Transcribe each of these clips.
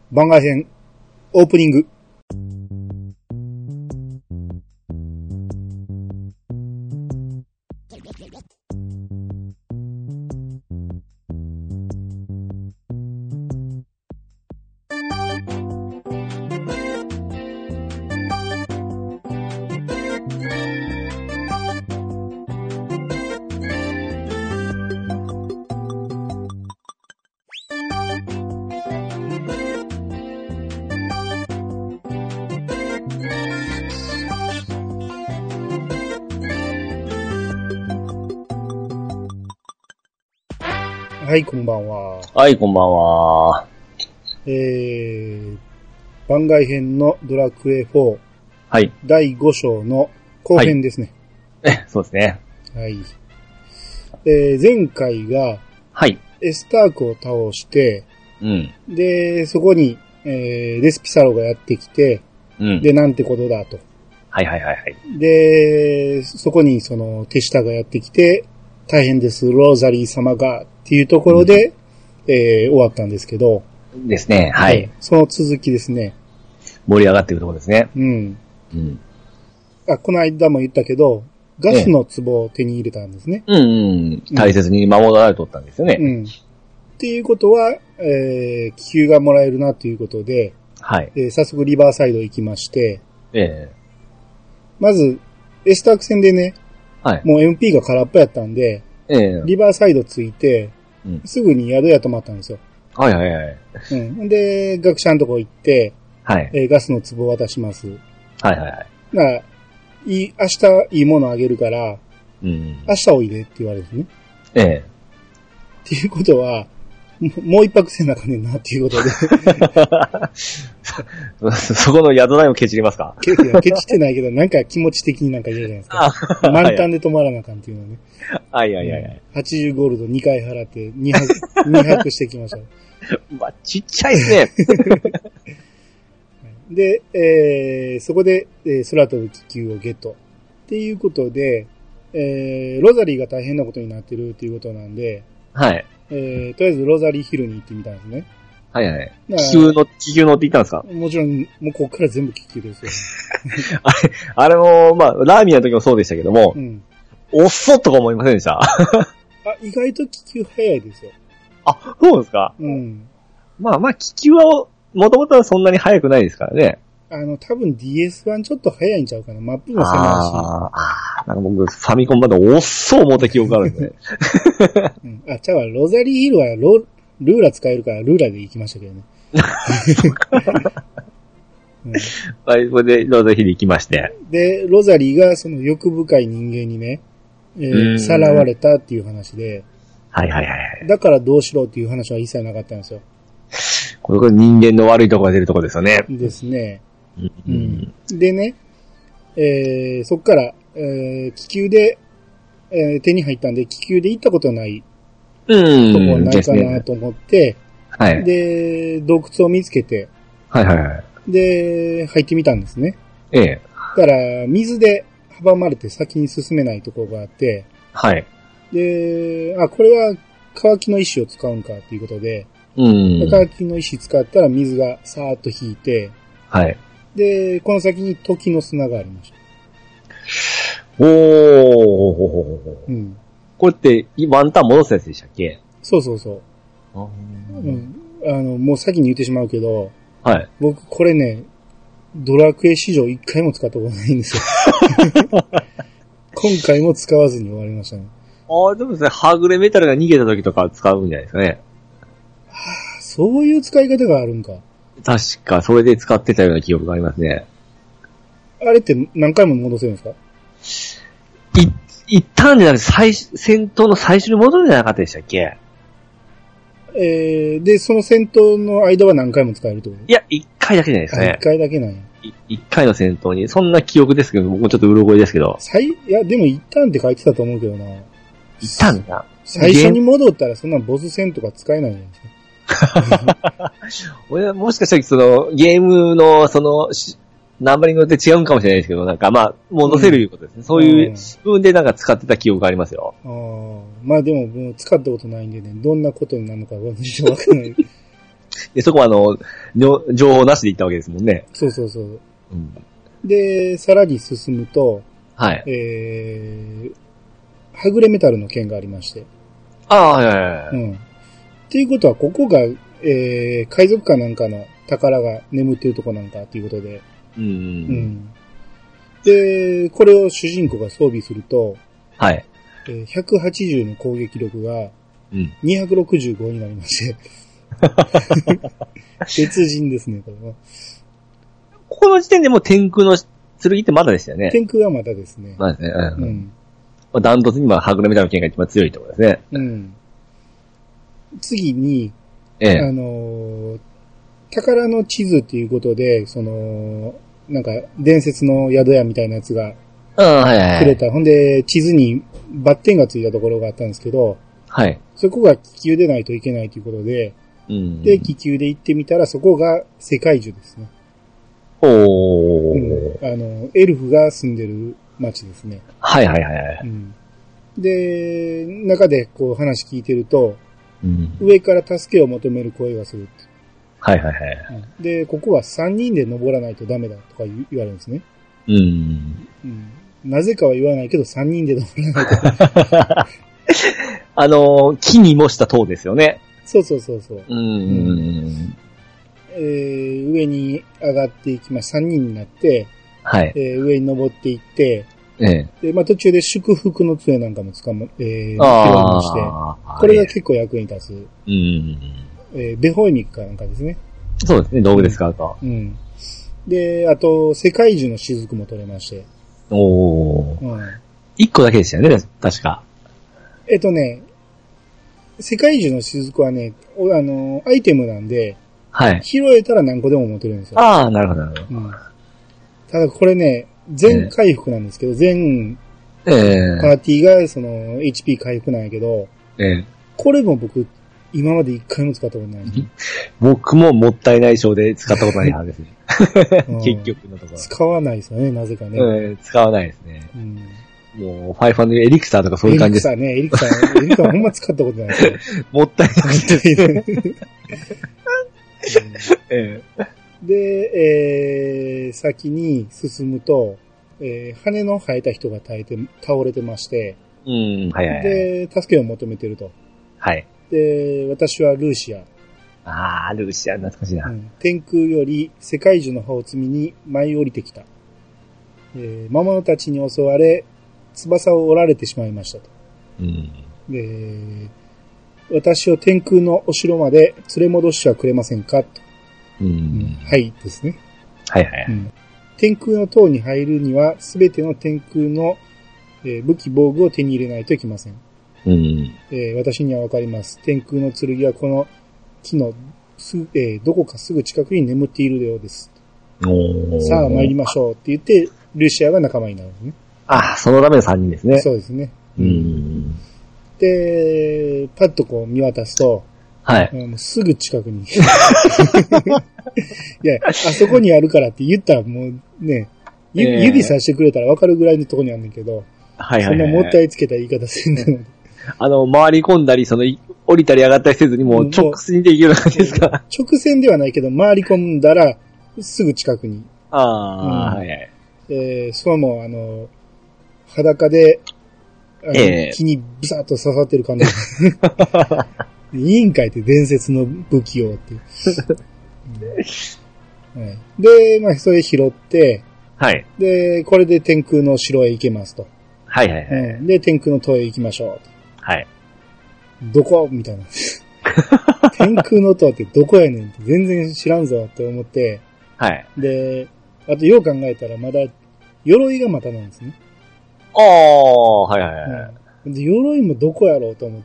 番外編オープニング。はい、こんばんは。 はい、こんばんは。 番外編のドラクエ4、 はい。 第5章の後編ですね。 そうですね。 はい。前回が、 はい。 エスタークを倒して、 うん。 で、そこに、レスピサロがやってきて、 うん。 で、なんてことだと。 はいはいはいはい。 で、そこにその手下がやってきて、大変です、ローザリー様が、っていうところで、終わったんですけど。 ですね、はい。 その続きですね。 盛り上がっていくところですね。 うん。 うん。 この間も言ったけど、ガスの壺を手に入れたんですね。 うん。大切に守られとったんですよね。 うん。っていうことは、気球がもらえるなということで、 はい。 早速リバーサイド行きまして、まず、エスターク戦でね、 はい。 もう MP が空っぽやったんで、リバーサイド着いて、すぐに宿屋泊まったんですよ。 はいはいはい。 うん。で、学者のとこ行って、 はい。 ガスの壺を渡します。 はいはいはい。 明日いいものあげるから、明日おいでって言われるんですね。っていうことは、もう一泊せなあかんねんなっていうことで。 そこの宿代をケチりますか？ ケチってないけど、なんか気持ち的になんか嫌じゃないですか。満タンで泊まらなあかんっていうのね。 はいはいはいはい。 80ゴールド2回払って2泊してきました。 まあ、ちっちゃいですね。 で、そこで、空飛ぶ気球をゲット。っていうことで、ロザリーが大変なことになってるっていうことなんで、 はい。 とりあえずロザリーヒルに行ってみたんですね。 はいはい。気球乗って行ったんですか？ もちろん、もうこっから全部気球ですよ、 ね。あれも、まあ、ラーミアの時もそうでしたけども、遅っとか思いませんでした？ 意外と気球早いですよ。 あ、そうですか？まあ、気球は、もともとはそんなに速くないですからね。 多分 DS1 ちょっと早いんちゃうかな。マップも狭いし。 なんか僕、ファミコンまで遅思った記憶があるんでね。 ちゃうわ、ロザリーヒルはルーラ使えるからルーラで行きましたけどね。 はい、それでロザリーヒル行きまして。 で、ロザリーがその欲深い人間にね、さらわれたっていう話で。 はいはいはい。 だからどうしろっていう話は一切なかったんですよ。 これ人間の悪いところが出るところですよね。 ですね。でね、そっから、気球で、手に入ったんで、気球で行ったことないとこないかなと思って、 はい。 で、洞窟を見つけて、 はいはいはい。 で、入ってみたんですね。 だから、水で阻まれて先に進めないところがあって、 はい。 で、これは乾きの石を使うんかっていうことで、乾きの石使ったら水がさーっと引いて、 はい。 で、この先に時の砂がありました。 これって、ワンタン戻すやつでしたっけ？ そうそうそう。もう先に言ってしまうけど、はい。僕これね、ドラクエ史上一回も使ったことないんですよ。今回も使わずに終わりましたね。 でもですね、はぐれメタルが逃げた時とか使うんじゃないですかね。 そういう使い方があるんか。確か、それで使ってたような記憶がありますね。 あれって何回も戻せるんですか？ 一旦じゃなくて、戦闘の最初に戻るんじゃなかったでしたっけ？ で、その戦闘の間は何回も使えるってこと？ いや、一回だけじゃないですかね。 一回だけなんや。 一回の戦闘に、そんな記憶ですけど、僕もちょっとうろ覚えですけど。 いや、でも一旦って書いてたと思うけどな。 一旦か。 最初に戻ったらそんなボス戦とか使えないじゃないですか。 俺はもしかしたらそのゲームのそのナンバリングって違うんかもしれないですけど、なんか戻せるいうことですね。そういう部分でなんか使ってた記憶がありますよ。 まあでも、もう使ったことないんでね、どんなことになるのか私はわからない。 で、そこは情報なしで行ったわけですもんね。 そうそうそう。うん、で、さらに進むと、 はい。 はぐれメタルの剣がありまして。 ああ、はいはいはい。 うん。っていうことは、ここが、海賊館なんかの宝が眠っているとこなんかっていうことで。 うん。 で、これを主人公が装備すると、 はい。 180の攻撃力が、265になりまして。別人ですね、これは。 この時点でもう天空の剣ってまだですよね。 天空はまだですね。 まだですね。うん。ダントツにはぐれメタルの剣が一番強いってことですね。 うん。次に、宝の地図っていうことで、なんか、伝説の宿屋みたいなやつが、くれた。ほんで、地図にバッテンがついたところがあったんですけど、 はい。 そこが気球でないといけないということで、で、気球で行ってみたら、そこが世界樹ですね。エルフが住んでる町ですね。 はいはいはい。 で、中でこう話聞いてると、上から助けを求める声がするって。 はいはいはい。 で、ここは3人で登らないとダメだとか言われるんですね。なぜかは言わないけど、3人で登らないと。 木に模した塔ですよね。 そうそうそうそう。上に上がっていきます。3人になって、 はい。 上に登っていって、で、まあ、途中で祝福の杖なんかも拾いまして、これが結構役に立つ。ベホイミックかなんかですね。 そうですね、道具で使うと。 で、あと、世界樹の雫も取れまして。 1個だけでしたよね、確か。 世界樹の雫はね、アイテムなんで、 はい。 拾えたら何個でも持てるんですよ。 ああ、なるほど、なるほど。 ただこれね、全回復なんですけど、全パーティーがHP 回復なんやけど、これも僕、今まで一回も使ったことないです、ね。 僕ももったいない賞で使ったことないはずですね。結局のところ。 使わないですよね、なぜかね。 使わないですね。もう、ファイファンのエリクサーとかそういう感じです。 エリクサーほんま使ったことないですよ。 もったいなくて。 で、先に進むと、羽の生えた人が倒れてまして、で、助けを求めてると。 はい。 で、私はルーシア。 ああ、ルーシア懐かしいな。 天空より世界樹の葉を摘みに舞い降りてきた。魔物たちに襲われ、翼を折られてしまいましたと。で、私を天空のお城まで連れ戻してはくれませんかと。はいですね。 はいはい。 天空の塔に入るには、すべての天空の、武器防具を手に入れないといけません。私にはわかります。天空の剣はこの木のどこかすぐ近くに眠っているようです。さあ参りましょうって言って、ルシアが仲間になるんですね。 ああ、そのための3人ですね。 そうですね。で、パッとこう見渡すと、 はい。 もうすぐ近くに。いや、あそこにあるからって言ったらもうね、指さしてくれたらわかるぐらいのところにあるんだけど、そんなもったいつけた言い方せんなので。 回り込んだり、降りたり上がったりせずにもう直線で行ける感じですか？ 直線ではないけど、回り込んだら、すぐ近くに。 はいはい。 そうも裸で、木にビサッと刺さってる感じ。いいんかいって伝説の武器をって。で、まあ、それ拾って、 はい。 で、これで天空の城へ行けますと。 はいはいはい。 で、天空の塔へ行きましょう。 はい。 どこみたいな。天空の塔ってどこやねんって全然知らんぞって思って。 はい。 で、あとよう考えたらまだ、鎧がまたなんですね。 はいはいはい。 で、鎧もどこやろうと思って。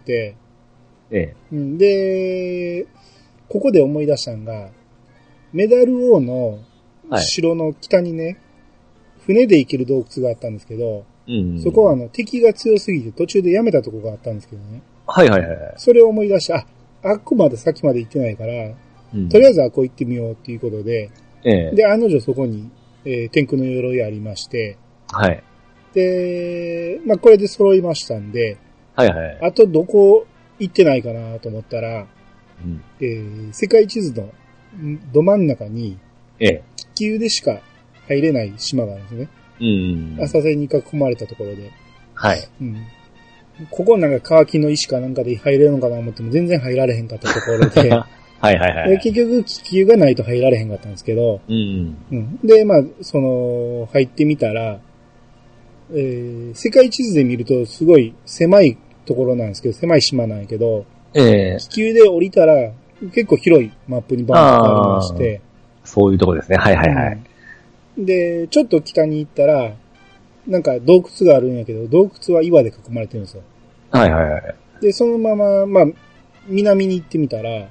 で、ここで思い出したのが、メダル王の城の北にね、船で行ける洞窟があったんですけど、そこは敵が強すぎて途中でやめたとこがあったんですけどね。 はいはいはい。 それを思い出して、あっこまで先まで行ってないから、とりあえずあっこ行ってみようっていうことで、で、案の定そこに、天空の鎧ありまして、 はい。 で、まあ、これで揃いましたんで、 はいはい。 あとどこ行ってないかなと思ったら、 世界地図のど真ん中に、気球でしか入れない島があるんですね。浅瀬に囲まれたところで。 はい。 ここなんか乾きの石かなんかで入れるのかなと思っても全然入られへんかったところで。 はいはいはい。 結局気球がないと入られへんかったんですけど。で、まあ、入ってみたら、世界地図で見るとすごい狭いところなんですけど、狭い島なんやけど、気球で降りたら結構広いマップにバンとありまして。 そういうとこですね。はいはいはい。 で、ちょっと北に行ったら、なんか洞窟があるんやけど、洞窟は岩で囲まれてるんですよ。 はいはいはい。 で、そのまま、まあ、南に行ってみたら、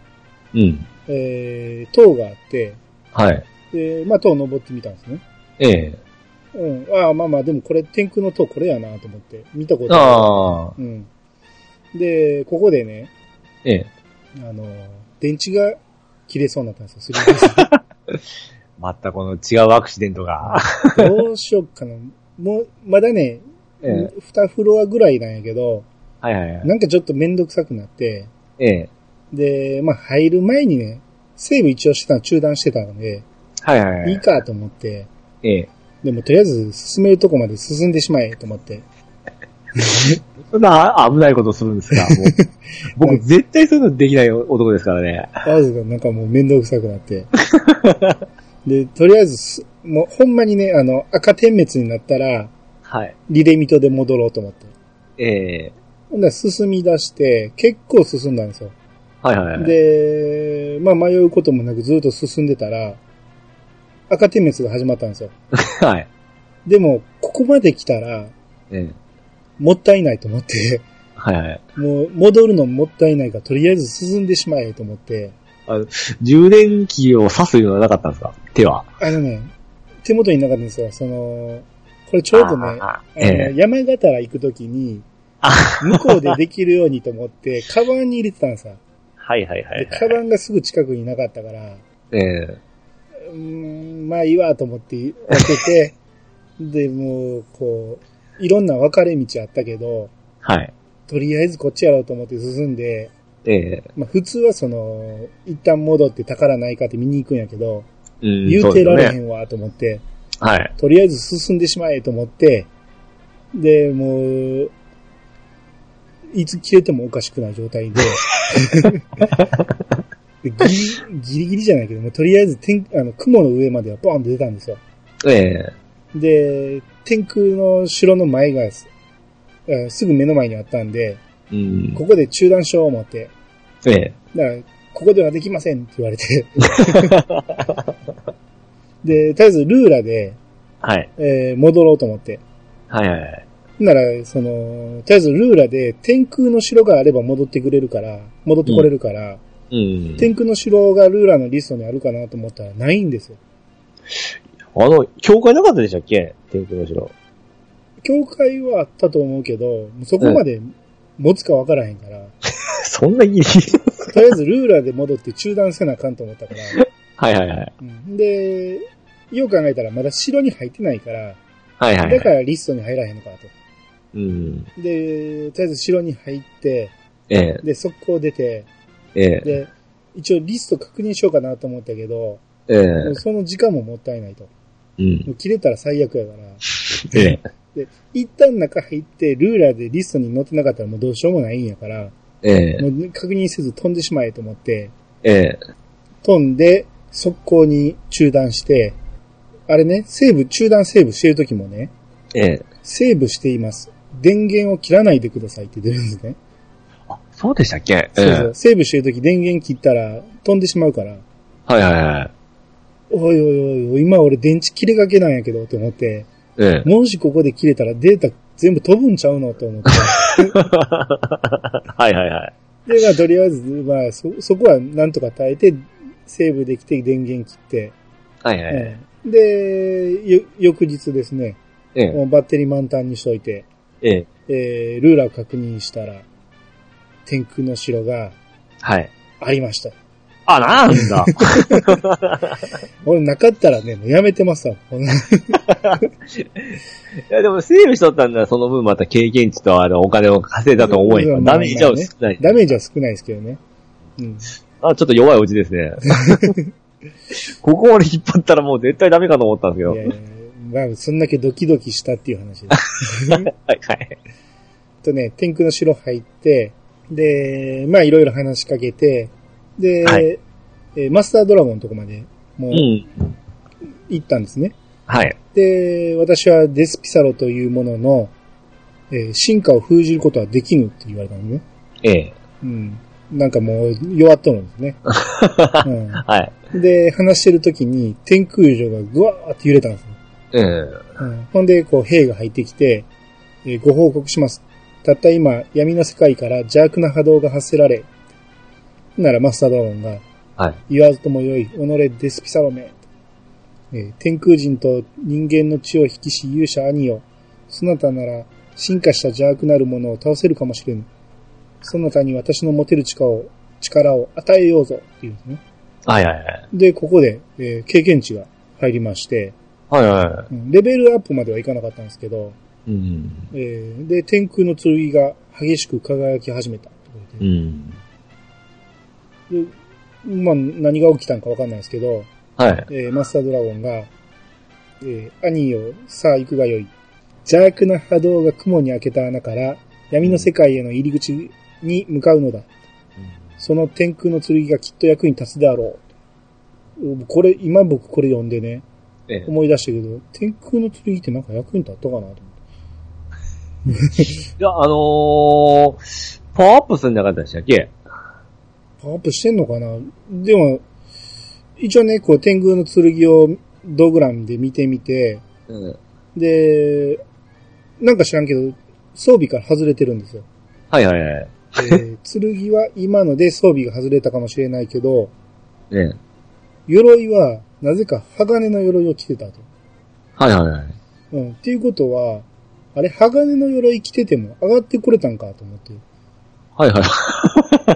塔があって、 はい。 で、まあ、塔を登ってみたんですね。まあまあ、でもこれ、天空の塔これやなと思って、見たことある。で、ここでね、電池が切れそうになったんですよ、 またこの違うアクシデントが。 どうしよっかな。もう、まだね、2フロアぐらいなんやけど、なんかちょっとめんどくさくなって、で、まあ入る前にね、セーブ一応してたの中断してたので、いいかと思って、でもとりあえず進めるとこまで進んでしまえと思って。 そんな危ないことするんですか？もう僕絶対そういうのできない男ですからね。 なんかもうめんどくさくなって。で、とりあえず、もうほんまにね、赤点滅になったら、リレミトで戻ろうと思って。ほんなら進み出して、結構進んだんですよ。で、まあ迷うこともなくずっと進んでたら、赤点滅が始まったんですよ。でも、ここまで来たら、もったいないと思って、もう戻るのもったいないから、とりあえず進んでしまえと思って、 充電器を刺すようなのはなかったんですか？手は。 手元になかったんですよ。これちょうどね、山形ら行くときに、向こうでできるようにと思って、カバンに入れてたんですよ。で、カバンがすぐ近くになかったから、まあいいわと思って開けて、で、もう、こう、いろんな分かれ道あったけど、とりあえずこっちやろうと思って進んで、まあ普通は一旦戻って宝ないかって見に行くんやけど、言うてられへんわと思って、とりあえず進んでしまえと思って、で、もう、いつ切れてもおかしくない状態で、ギリギリじゃないけども、とりあえず雲の上まではボーンと出たんですよ。で、天空の城の前が、すぐ目の前にあったんで、ここで中断しよう思って。だから、ここではできませんって言われて。で、とりあえずルーラで、戻ろうと思って。なら、とりあえずルーラで天空の城があれば戻ってこれるから、天空の城がルーラのリストにあるかなと思ったらないんですよ。 教会なかったでしたっけ？天空の城。 教会はあったと思うけど、そこまで持つかわからへんから。 そんなギリギリとりあえずルーラで戻って中断せなあかんと思ったから。で、よう考えたらまだ城に入ってないから、だからリストに入らへんのかと。で、とりあえず城に入って、で、速攻出て、で、一応リスト確認しようかなと思ったけど、もうその時間ももったいないと。もう切れたら最悪やから。で、一旦中入ってルーラーでリストに載ってなかったらもうどうしようもないんやから、もう確認せず飛んでしまえと思って、飛んで速攻に中断して、あれね、中断セーブしてる時もね、セーブしています。電源を切らないでくださいって出るんですね。 あ、そうでしたっけ？ そう。セーブしてる時電源切ったら飛んでしまうから。おい、今俺電池切れかけなんやけどと思って、もしここで切れたらデータ全部飛ぶんちゃうのと思って。で、まあとりあえず、まあそこはなんとか耐えて、セーブできて電源切って、で、翌日ですね、もうバッテリー満タンにしといて、ルーラーを確認したら、天空の城が、ありました。 あ、なんだ。 俺なかったらね、もうやめてますわ。いや、でもセーブしとったんだ、その分また経験値とお金を稼いだと思えば、ダメージは少ない。 ダメージは少ないですけどね。 あ、ちょっと弱いうちですね。ここまで引っ張ったらもう絶対ダメかと思ったんですけど。 まあ、そんだけドキドキしたっていう話です。はい、はい。天空の城入って、で、まあいろいろ話しかけて、で、はい、マスタードラゴンのとこまで、もう、行ったんですね。はい。で、私はデスピサロというものの、進化を封じることはできぬって言われたのね。ええ。うん。なんかもう弱っとるんですね。うん、はい。で、話してる時に天空城がぐわーって揺れたんですよ。ええ。うん、ほんで、こう、兵が入ってきて、ご報告します。たった今、闇の世界から邪悪な波動が発せられ、ならマスタードラゴンが、はい。言わずともよい、己デスピサロメ。天空人と人間の血を引きし勇者兄よ。そなたなら進化した邪悪なるものを倒せるかもしれぬ。そなたに私の持てる力を与えようぞっていうんですね。はいはいはい。で、ここで、経験値が入りまして、はいはいはい。レベルアップまではいかなかったんですけど、うんで、天空の剣が激しく輝き始めた。うん、で、まあ、何が起きたのかわかんないですけど、はい。マスタードラゴンが、兄よ、さあ行くがよい。邪悪な波動が雲に開けた穴から闇の世界への入り口に向かうのだ。その天空の剣がきっと役に立つであろう。これ、今僕これ読んでね、思い出したけど、天空の剣ってなんか役に立ったかなと思って。いや、 パワーアップするんじゃなかったでしたっけ？ パワーアップしてんのかな？でも、一応ね、こう、天空の剣をドグラムで見てみて、うん、で、なんか知らんけど、装備から外れてるんですよ。はいはいはい。剣は今ので装備が外れたかもしれないけど、ね、鎧は、なぜか鋼の鎧を着てたと。はいはいはい。うん。っていうことは、あれ、鋼の鎧着てても上がってこれたんかと思って。はいはい。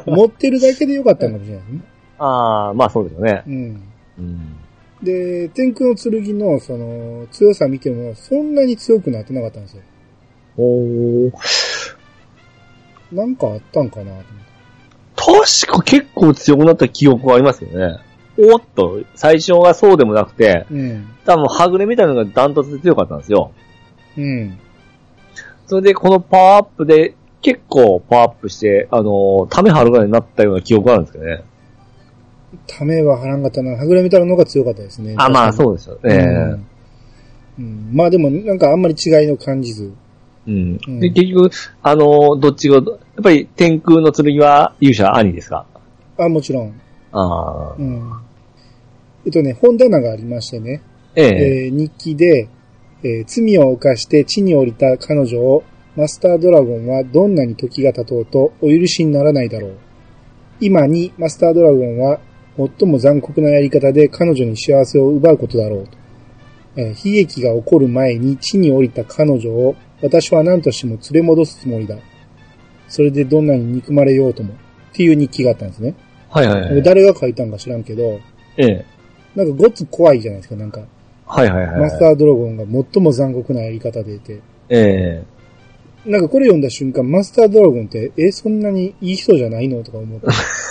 持ってるだけでよかったんかもしれないね。 ああ、まあそうですよね。うん。 うん、で、天空の剣のその強さ見てもそんなに強くなってなかったんですよ。おー。なんかあったんかなと思って。 確か結構強くなった記憶はありますよね。おっと、最初はそうでもなくて、うん、多分はぐれみたいなのがダントツで強かったんですよ。うん。それでこのパワーアップで結構パワーアップして、ため張るぐらいになったような記憶があるんですけどね。 ためは張らんかったな。はぐれみたいなのが強かったですね。 あ、まあそうですよね。 うん。まあでもなんかあんまり違いの感じず。 うん。うん、で、結局、どっちが、やっぱり天空の剣は勇者兄ですか？ あ、もちろん。ああ。うん。本棚がありましてね。日記で、罪を犯して地に降りた彼女をマスタードラゴンはどんなに時が経とうとお許しにならないだろう。今にマスタードラゴンは最も残酷なやり方で彼女に幸せを奪うことだろうと。悲劇が起こる前に地に降りた彼女を私は何としても連れ戻すつもりだ。それでどんなに憎まれようとも。っていう日記があったんですね。はいはいはい。誰が書いたんか知らんけど、なんかごっつ怖いじゃないですか、なんか。はいはいはい。マスタードラゴンが最も残酷なやり方でいて。なんかこれ読んだ瞬間、マスタードラゴンって、そんなにいい人じゃないのとか思って。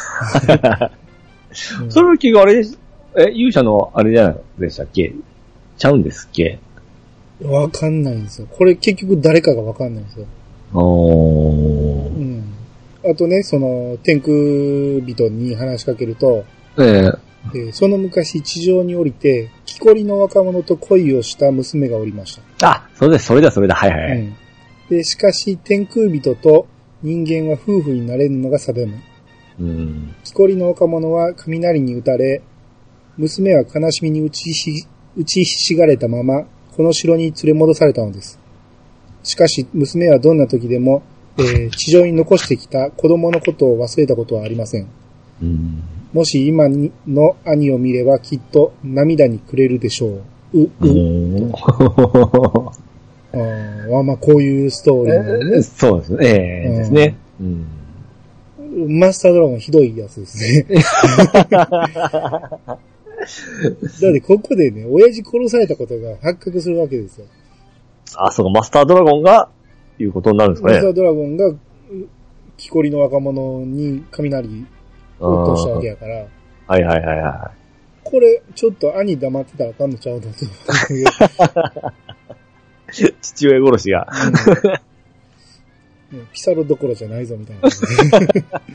うん、それの気があれです。勇者のあれじゃないでしたっけ？ちゃうんですっけ？ わかんないんですよ。これ結局誰かがわかんないんですよ。うん。あとね、その、天空人に話しかけると、その昔地上に降りて、木こりの若者と恋をした娘がおりました。 あ、それだ、はいはい。 うん。で、しかし天空人と人間は夫婦になれるのが定め。木こりの若者は雷に打たれ、娘は悲しみに打ちひしがれたまま、この城に連れ戻されたのです。しかし、娘はどんな時でも、地上に残してきた子供のことを忘れたことはありません。もし今の兄を見ればきっと涙にくれるでしょう。まあ、こういうストーリーなのね。 そうですね。ですね。 マスタードラゴンひどいやつですね。だってここでね、親父殺されたことが発覚するわけですよ。 あ、そうか、マスタードラゴンが、いうことになるんですかね。 マスタードラゴンが、木こりの若者に雷落としたわけやから。 はいはいはいはい。 これ、ちょっと兄黙ってたらあかんのちゃうのと。 父親殺しが。 ピサロどころじゃないぞ、みたいな。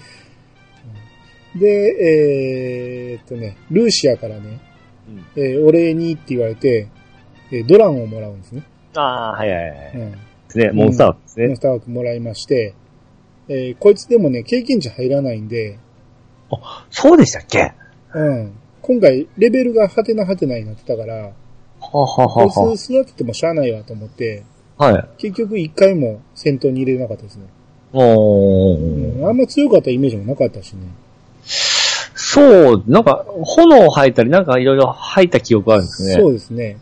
で、ルーシアからね、お礼にって言われて、ドランをもらうんですね。 ああ、はいはいはい。ですね、モンスター枠ですね。 モンスター枠もらいまして、こいつでもね、経験値入らないんで。 あ、そうでしたっけ？ 今回、レベルがハテナハテナになってたから、こいつ育ててもしゃあないわと思って、結局一回も戦闘に入れなかったですね。あんま強かったイメージもなかったしね。 そう、なんか、炎吐いたり、なんかいろいろ吐いた記憶あるんですね。 そうですね。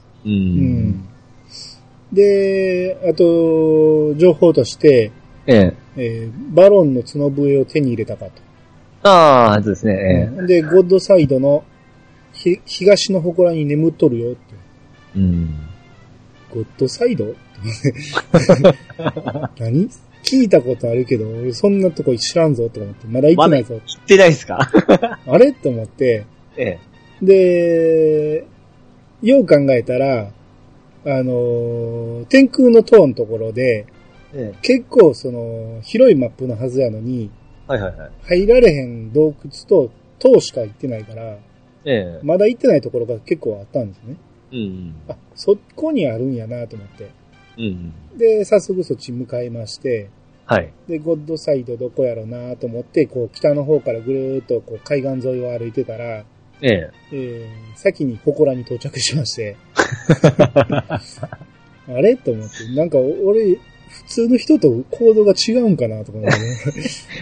で、あと、情報として、バロンの角笛を手に入れたかと。 ああ、そうですね。 で、ゴッドサイドの東の祠に眠っとるよって。ゴッドサイド何聞いたことあるけど、俺そんなとこ知らんぞと思って、まだ行ってないぞ。 行ってないっすかあれと思って、で、よう考えたら、天空の塔のところで、結構広いマップのはずやのに、入られへん洞窟と塔しか行ってないから、まだ行ってないところが結構あったんですね。あ、そこにあるんやなと思って。で、早速そっち向かいまして、で、ゴッドサイドどこやろなと思って、こう、北の方からぐるーっとこう海岸沿いを歩いてたら、先に祠に到着しまして、あれと思って、なんか俺、普通の人と行動が違うんかなとか思って、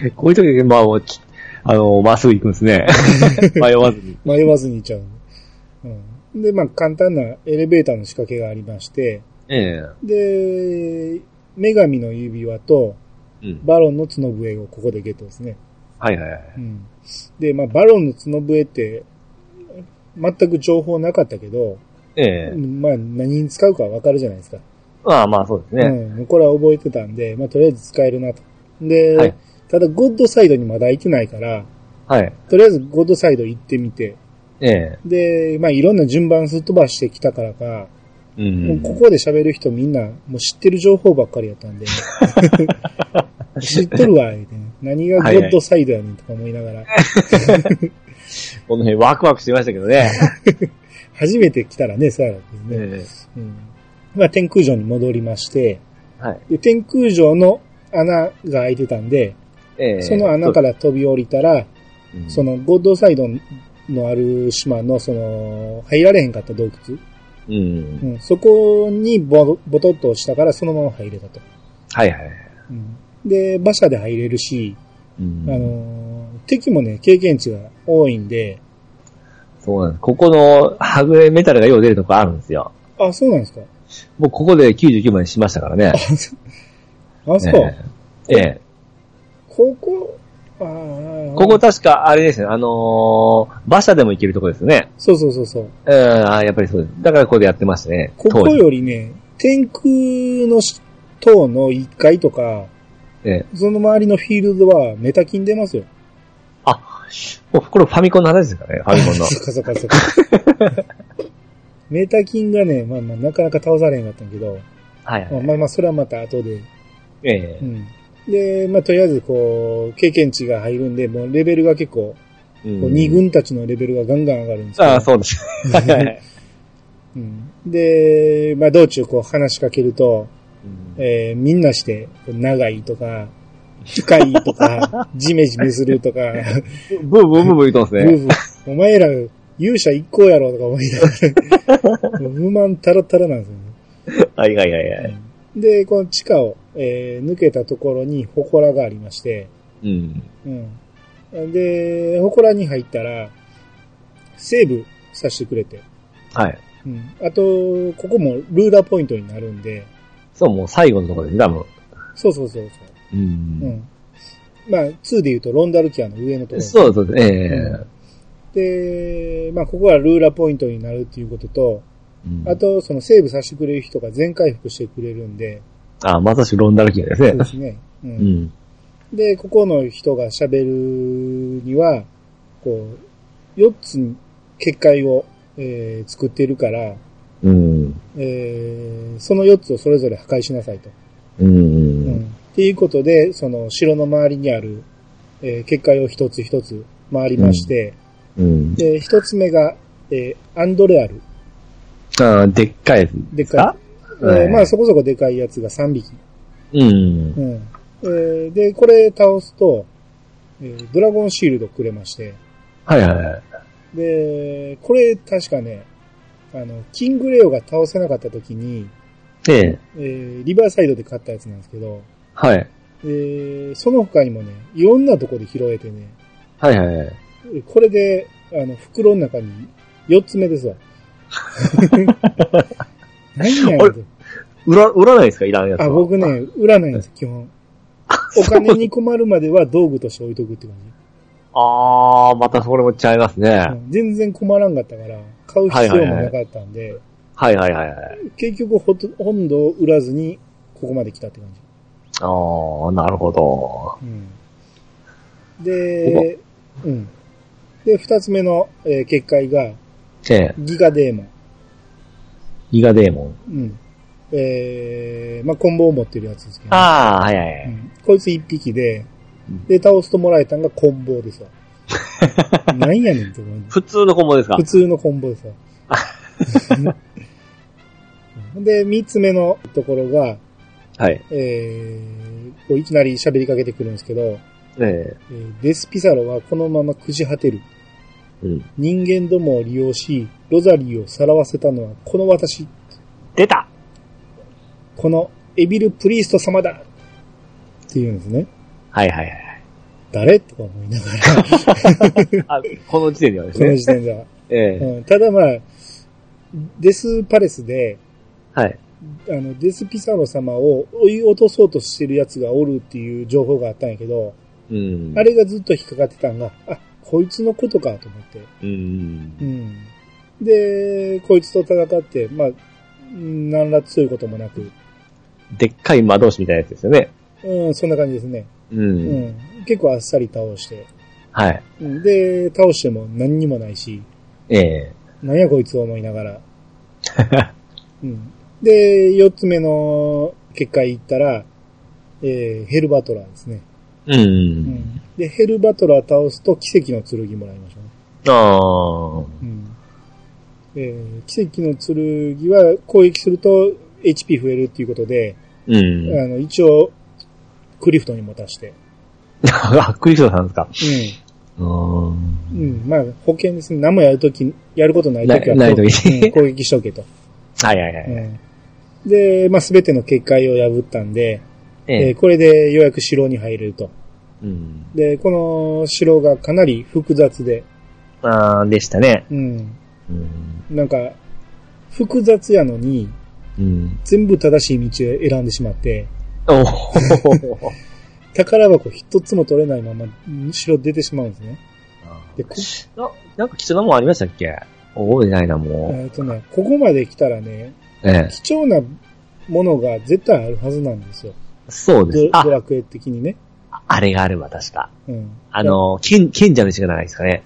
ね。こういう時、まっすぐ行くんですね。迷わずに。 迷わずに行っちゃう。で、簡単なエレベーターの仕掛けがありまして、で、女神の指輪と、バロンの角笛をここでゲットですね。で、バロンの角笛って、全く情報なかったけど、何に使うかわかるじゃないですか。 そうですね。 これは覚えてたんで、とりあえず使えるなと。で、ただゴッドサイドにまだ行ってないから、とりあえずゴッドサイド行ってみて、で、いろんな順番すっ飛ばしてきたからか、もうここで喋る人みんなもう知ってる情報ばっかりやったんで、知っとるわ、何がゴッドサイドやねんとか思いながら。 この辺ワクワクしてましたけどね。 初めて来たらね、そうやですね。天空城に戻りまして、で天空城の穴が開いてたんで、その穴から飛び降りたら、そのゴッドサイドのある島の入られへんかった洞窟、そこにボトッと落ちたからそのまま入れたと。で、馬車で入れるし、敵もね、経験値が多いんで。 そうなんです。ここのはぐれメタルがよう出るとこあるんですよ。 あ、そうなんですか。 僕ここで99までしましたからね。 あ、そう。ここ確かあれですね、馬車でも行けるとこですね。 そう。 やっぱりそうです。だからここでやってましたね。 ここよりね、天空の塔の1階とか、その周りのフィールドはメタキン出ますよ。 これファミコンの話ですかね、ファミコンの。 そっか。メタキンがね、なかなか倒されへんかったんやけど、それはまた後で。で、とりあえずこう、経験値が入るんで、もうレベルが結構、2軍たちのレベルがガンガン上がるんですけど。 そうです。 で、道中こう話しかけると、みんなして、長いとか、深いとか、ジメジメするとか、 ブーブー言うとんすね。 お前ら勇者一行やろとか思いながら、不満タラタラなんですよね。で、この地下を、抜けたところに祠がありまして、で、祠に入ったら、セーブさせてくれて。あと、ここもルーラーポイントになるんで。 もう最後のところです、多分。 そう。2で言うとロンダルキアの上のところ。 そう。 で、ここはルーラーポイントになるっていうことと、あと、そのセーブさせてくれる人が全回復してくれるんで。 まさしくロンダルキアですね。 そうですね。で、ここの人が喋るには、 こう、4つ結界を、作っているから、 うん。 その4つをそれぞれ破壊しなさいと。っていうことで、その城の周りにある、結界を一つ一つ回りまして、で、一つ目が、アンドレアル。 ああ、でっかいやつですか？ まあそこそこでかいやつが3匹。で、これ倒すと、ドラゴンシールドくれまして。 はいはいはい。 で、これ確かね、キングレオが倒せなかった時に、リバーサイドで買ったやつなんですけど、 はい。 その他にもね、いろんなとこで拾えてね、 はいはいはい。 これで、袋の中に4つ目ですわ。何やねん。 売らないですか？いらんやつは。 僕ね、売らないんです、基本。お金に困るまでは道具として置いとくって感じ。 またそれもちゃいますね。 全然困らんかったから、買う必要もなかったんで、 はいはいはい。 結局ほとんど売らずに、ここまで来たって感じ。 なるほど。 で、で、二つ目の、結界が、ギガデーモン。 ギガデーモン。まあ、コンボを持ってるやつですけど、ね。 はいはい。 こいつ一匹で、で、倒すともらえたんがコンボですわ。何やねんって思う。 普通のコンボですか？ 普通のコンボですわ。で、三つ目のところが、 はい。 こういきなり喋りかけてくるんですけど、デスピサロはこのまま朽ち果てる。人間どもを利用し、ロザリーをさらわせたのはこの私。 出た！ このエビル・プリースト様だって言うんですね。 はいはいはい。 誰とか思いながらこの時点ではですね。 この時点では。ただまあ、デスパレスで、 はい。 デスピサロ様を追い落とそうとしてる奴がおるっていう情報があったんやけど、あれがずっと引っかかってたんが、こいつのことかと思って。で、こいつと戦って、まあ、何ら強いこともなく。 でっかい魔導士みたいなやつですよね。 そんな感じですね。結構あっさり倒して。 はい。 で、倒しても何にもないし。何やこいつを思いながら。で、4つ目の結界行ったら、ヘルバトラーですね。で、ヘルバトラー倒すと奇跡の剣もらいましたね。奇跡の剣は攻撃すると HP 増えるっていうことで、一応、クリフトに持たして。 クリフトなんですか？ まあ、保険ですね。何もやることないときは攻撃しとけと。 はいはいはい。 で、まあ、すべての結界を破ったんで、これでようやく城に入れると。で、この城がかなり複雑で。 でしたね。 なんか、複雑やのに、全部正しい道を選んでしまって、宝箱一つも取れないまま城出てしまうんですね。でなんか貴重なもんありましたっけ？覚えてないな、もう。 ここまで来たらね、貴重なものが絶対あるはずなんですよ。 そうです。 ドラクエ的にね。 あれがあるわ、確か。賢者の石がないですかね。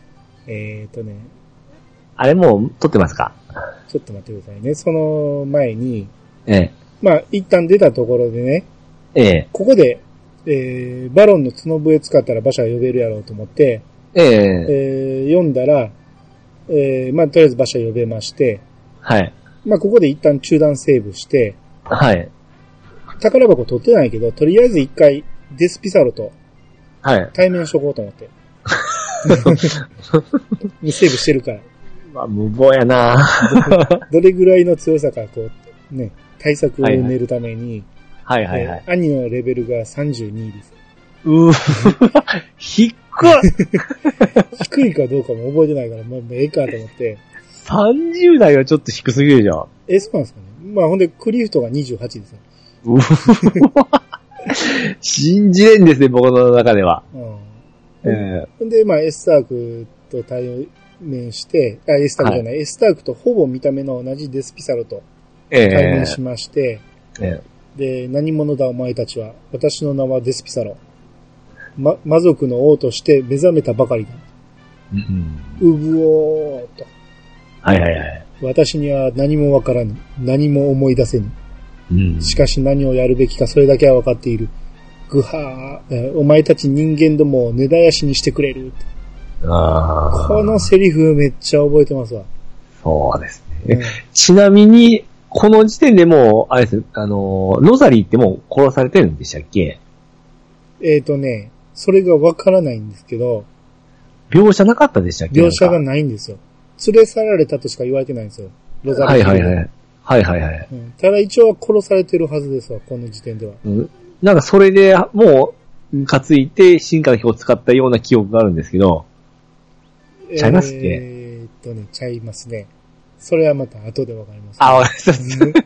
あれもう取ってますか？ ちょっと待ってくださいね。その前に、まあ、一旦出たところでね、ここで、バロンの角笛使ったら馬車呼べるやろうと思って、読んだら、まあ、とりあえず馬車呼べまして、まあ、ここで一旦中断セーブして、宝箱取ってないけど、とりあえず一回デスピサロと対面しとこうと思って。セーブしてるから。 まあ、無謀やなどれぐらいの強さか、こう、ね、対策を埋めるために、兄のレベルが32です。 低い低いかどうかも覚えてないから、もうええかと思って。 30代はちょっと低すぎるじゃん。 そうなんですかね。まあほんで、クリフトが28ですよ。 信じれんですね、僕の中では。 ほんで、まあ、エスタークと対面して、エスタークじゃない、エスタークとほぼ見た目の同じデスピサロと対面しまして、で、何者だお前たちは、私の名はデスピサロ。魔族の王として目覚めたばかりだ。 うぶおーと。 はいはいはい。 私には何もわからぬ。何も思い出せぬ。しかし何をやるべきかそれだけはわかっている。ぐはー、お前たち人間どもを根絶やしにしてくれる。このセリフめっちゃ覚えてますわ。 そうですね。ちなみに、この時点でもう、あれです、ロザリーってもう殺されてるんでしたっけ？ それがわからないんですけど。 描写なかったでしたっけ？ 描写がないんですよ。連れ去られたとしか言われてないんですよ。ロザリー。はいはいはい。 はいはいはい。 ただ一応は殺されてるはずですわ、この時点では。 なんかそれでもう、担いて進化の火を使ったような記憶があるんですけど、ちゃいますっけ？ ちゃいますね。それはまた後でわかります、ね。 わかります。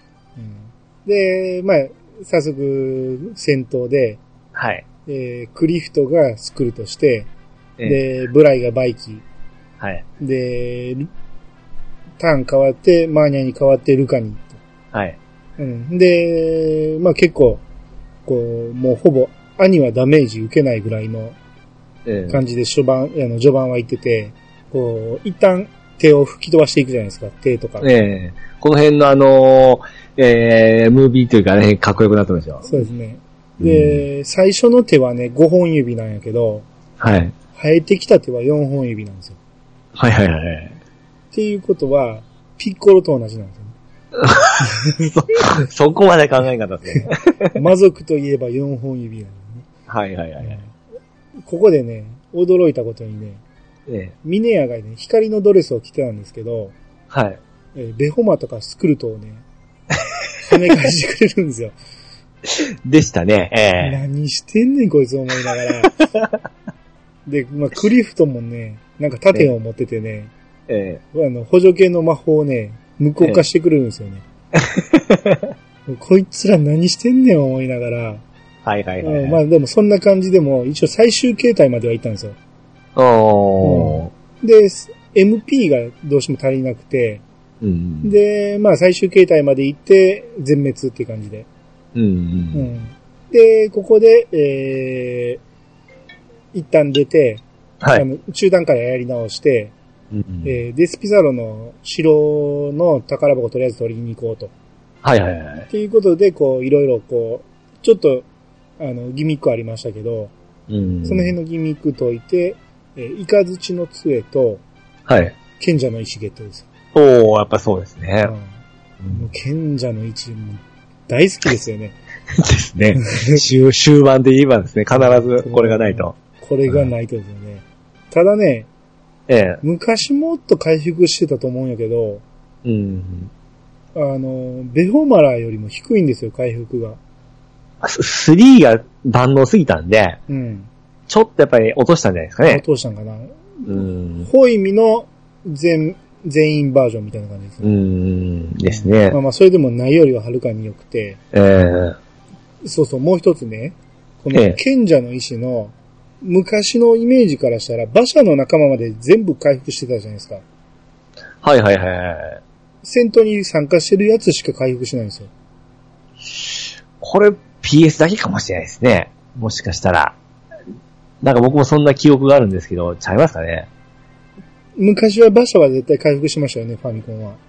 で、まあ、早速、戦闘で、 はい。 クリフトがスクルとして、で、ブライがバイキ。 はい。 で、ターン変わって、マーニャに変わってルカニはい。 で、まあ結構、こう、もうほぼ、兄はダメージ受けないぐらいの感じで序盤は言ってて、こう、一旦手を吹き飛ばしていくじゃないですか、手とか。 この辺のムービーというかね、かっこよくなってるでしょ。 そうですね。で、最初の手はね、5本指なんやけど、 はい。 生えてきた手は4本指なんですよ。 はいはいはい。 っていうことは、ピッコロと同じなんですよね。そこまで考え方ですね。 魔族といえば4本指なんですね。 はいはいはい。 ここでね、驚いたことにね、ミネアがね、光のドレスを着てたんですけど、 はい。 ベホマとかスクルトをね、跳ね返してくれるんですよ。 でしたね。 何してんねんこいつ思いながら。で、まあ、クリフトもね、なんか盾を持っててね、補助系の魔法をね、無効化してくれるんですよね。こいつら何してんねん思いながら。 はいはいはい。 まあでもそんな感じでも、一応最終形態までは行ったんですよ。で、MP がどうしても足りなくて、で、まあ最終形態まで行って全滅っていう感じで。で、ここで、一旦出て、はい、中段からやり直して、デスピザロの城の宝箱をとりあえず取りに行こうと。 はいはいはい。 っていうことで、こう、いろいろこう、ちょっと、ギミックありましたけど、その辺のギミック解いて、イカズチの杖と、 はい。 賢者の石ゲットです。 やっぱそうですね。 もう賢者の石、大好きですよね。 ですね。終盤で言えばですね、必ずこれがないと。 これがないとですよね。ただね、昔もっと回復してたと思うんやけど、ベホマラよりも低いんですよ、回復が。 3が万能すぎたんで、ちょっとやっぱり落としたんじゃないですかね。 落としたんかな。ホイミの全員バージョンみたいな感じですね。 ですね。 まあそれでもないよりははるかに良くて。そうそう、もう一つね、この賢者の石の昔のイメージからしたら馬車の仲間まで全部回復してたじゃないですか。 はいはいはい。 戦闘に参加してるやつしか回復しないんですよ。 これ PS だけかもしれないですね。もしかしたら。なんか僕もそんな記憶があるんですけど、ちゃいますかね。 昔は馬車は絶対回復しましたよね、ファミコンは。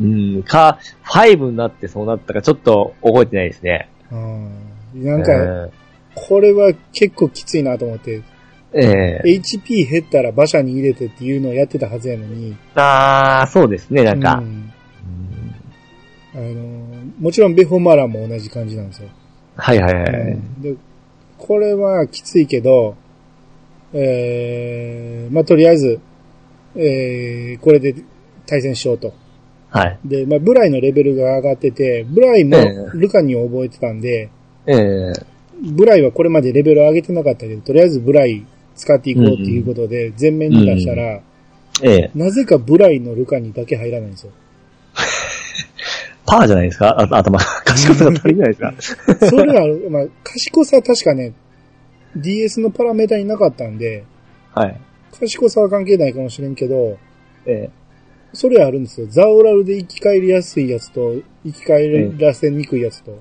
5になってそうなったかちょっと覚えてないですね。 なんか、これは結構きついなと思って。HP 減ったら馬車に入れてっていうのをやってたはずやのに。 そうですね、なんか。 もちろんベホマラも同じ感じなんですよ。 はいはいはい。 で、これはきついけど、まあ、とりあえず、これで対戦しようと。 はい。 で、まあ、ブライのレベルが上がってて、ブライもルカに覚えてたんで、ブライはこれまでレベル上げてなかったけど、とりあえずブライ使っていこうっていうことで、全面に出したら、なぜかブライのルカにだけ入らないんですよ。 パーじゃないですか？頭、賢さが足りないですか？ それは、まあ、賢さは確かね、DS のパラメータになかったんで、 はい。 賢さは関係ないかもしれんけど、それはあるんですよ。ザオラルで生き返りやすいやつと、生き返らせにくいやつと。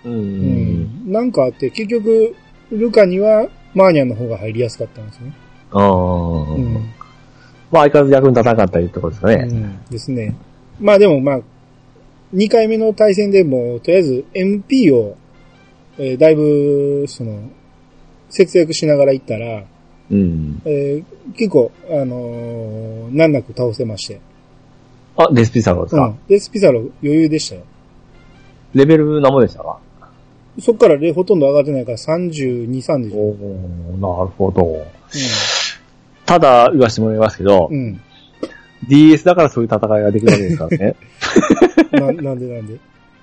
なんかあって、結局、ルカにはマーニャンの方が入りやすかったんですね。 うん。まあ相変わらず役に立たなかったいうところですかね。 ですね。まあでも2回目の対戦でも、とりあえず MP を、だいぶ、節約しながら行ったら、結構、難なく倒せまして。 あ、デスピサロですか？ デスピサロ余裕でしたよ。 レベル何もでしたか？ そっからほとんど上がってないから32、3でしょ。 なるほど。ただ、言わせてもらいますけど、DS だからそういう戦いができるわけですからね。 なんで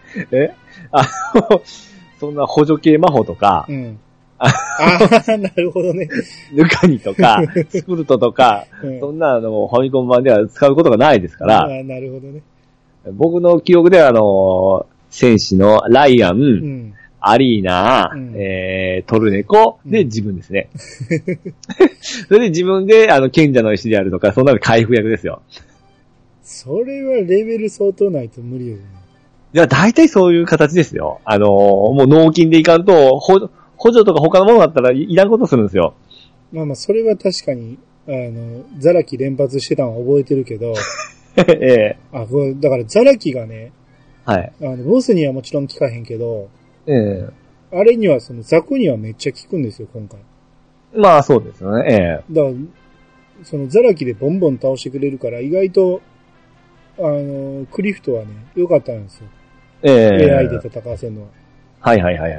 そんな補助系魔法とか、 なるほどね。 ルカニとか、スクルトとか、そんなファミコン版では使うことがないですから。 なるほどね。僕の記憶では戦士のライアン、アリーナ、トルネコで自分ですね。それで自分で賢者の石であるとか、そんなの回復役ですよ。 それはレベル相当ないと無理よね。 いや、大体そういう形ですよ。もう納金でいかんと、補助とか他のものだったらいらんことするんですよ。 まあ、それは確かに、ザラキ連発してたのは覚えてるけど、これ、だからザラキがね、 はい。 ボスにはもちろん効かへんけど、あれには雑魚にはめっちゃ効くんですよ、今回。 まあ、そうですよね。 だから、ザラキでボンボン倒してくれるから、意外と、クリフトはね、良かったんですよ。AI で戦わせるのは。 はい。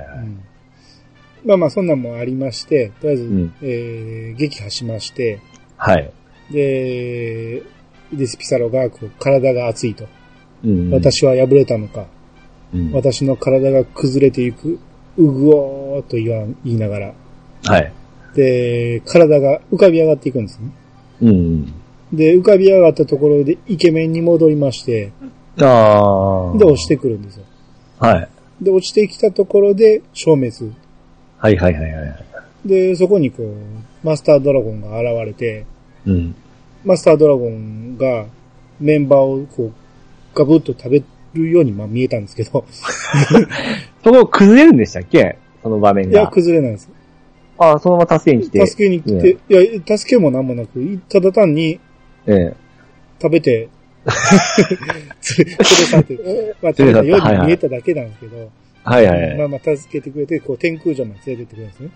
まあ、そんなんもありまして、とりあえず、撃破しまして、 はい。 で、デスピサロが体が熱いと。私は敗れたのか。私の体が崩れていく、うぐおーと言いながら。 はい。 で、体が浮かび上がっていくんですね。で、浮かび上がったところでイケメンに戻りまして。で、落ちてくるんですよ。 はい。 で、落ちてきたところで消滅。 はい。 で、そこにマスタードラゴンが現れて、マスタードラゴンがメンバーをガブッと食べるように見えたんですけど。 そこ崩れるんでしたっけ？その場面が。 いや、崩れないです。 そのまま助けに来て。 助けに来て、いや、助けもなんもなく、ただ単に、食べて、連れ去って、食べたように見えただけなんですけど、助けてくれて、天空城まで連れてってくれるんですね。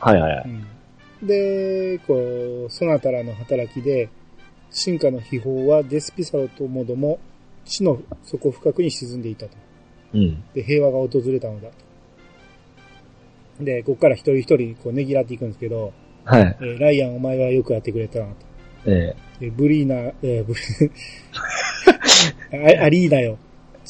で、そなたらの働きで、進化の秘宝はデスピサロともども、地の底深くに沈んでいたと。で、平和が訪れたのだと。で、ここから一人一人ねぎらっていくんですけど、ライアンお前はよくやってくれたなと。でブリーナ、アリーナよ。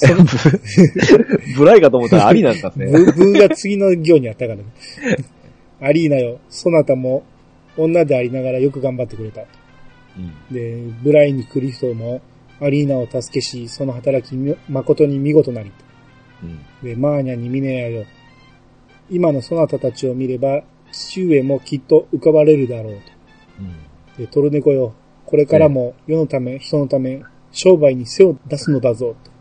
ブライかと思ったらアリーナだったんですね。 ブが次の行にあったから、ね。アリーナよ。そなたも女でありながらよく頑張ってくれた。で、ブライにクリフトもアリーナを助けし、その働き誠に見事なり。で、マーニャにミネヤよ。今のそなたたちを見れば、父上もきっと浮かばれるだろうと。で、トルネコよ。これからも世のため、人のため、商売に背を出すのだぞと。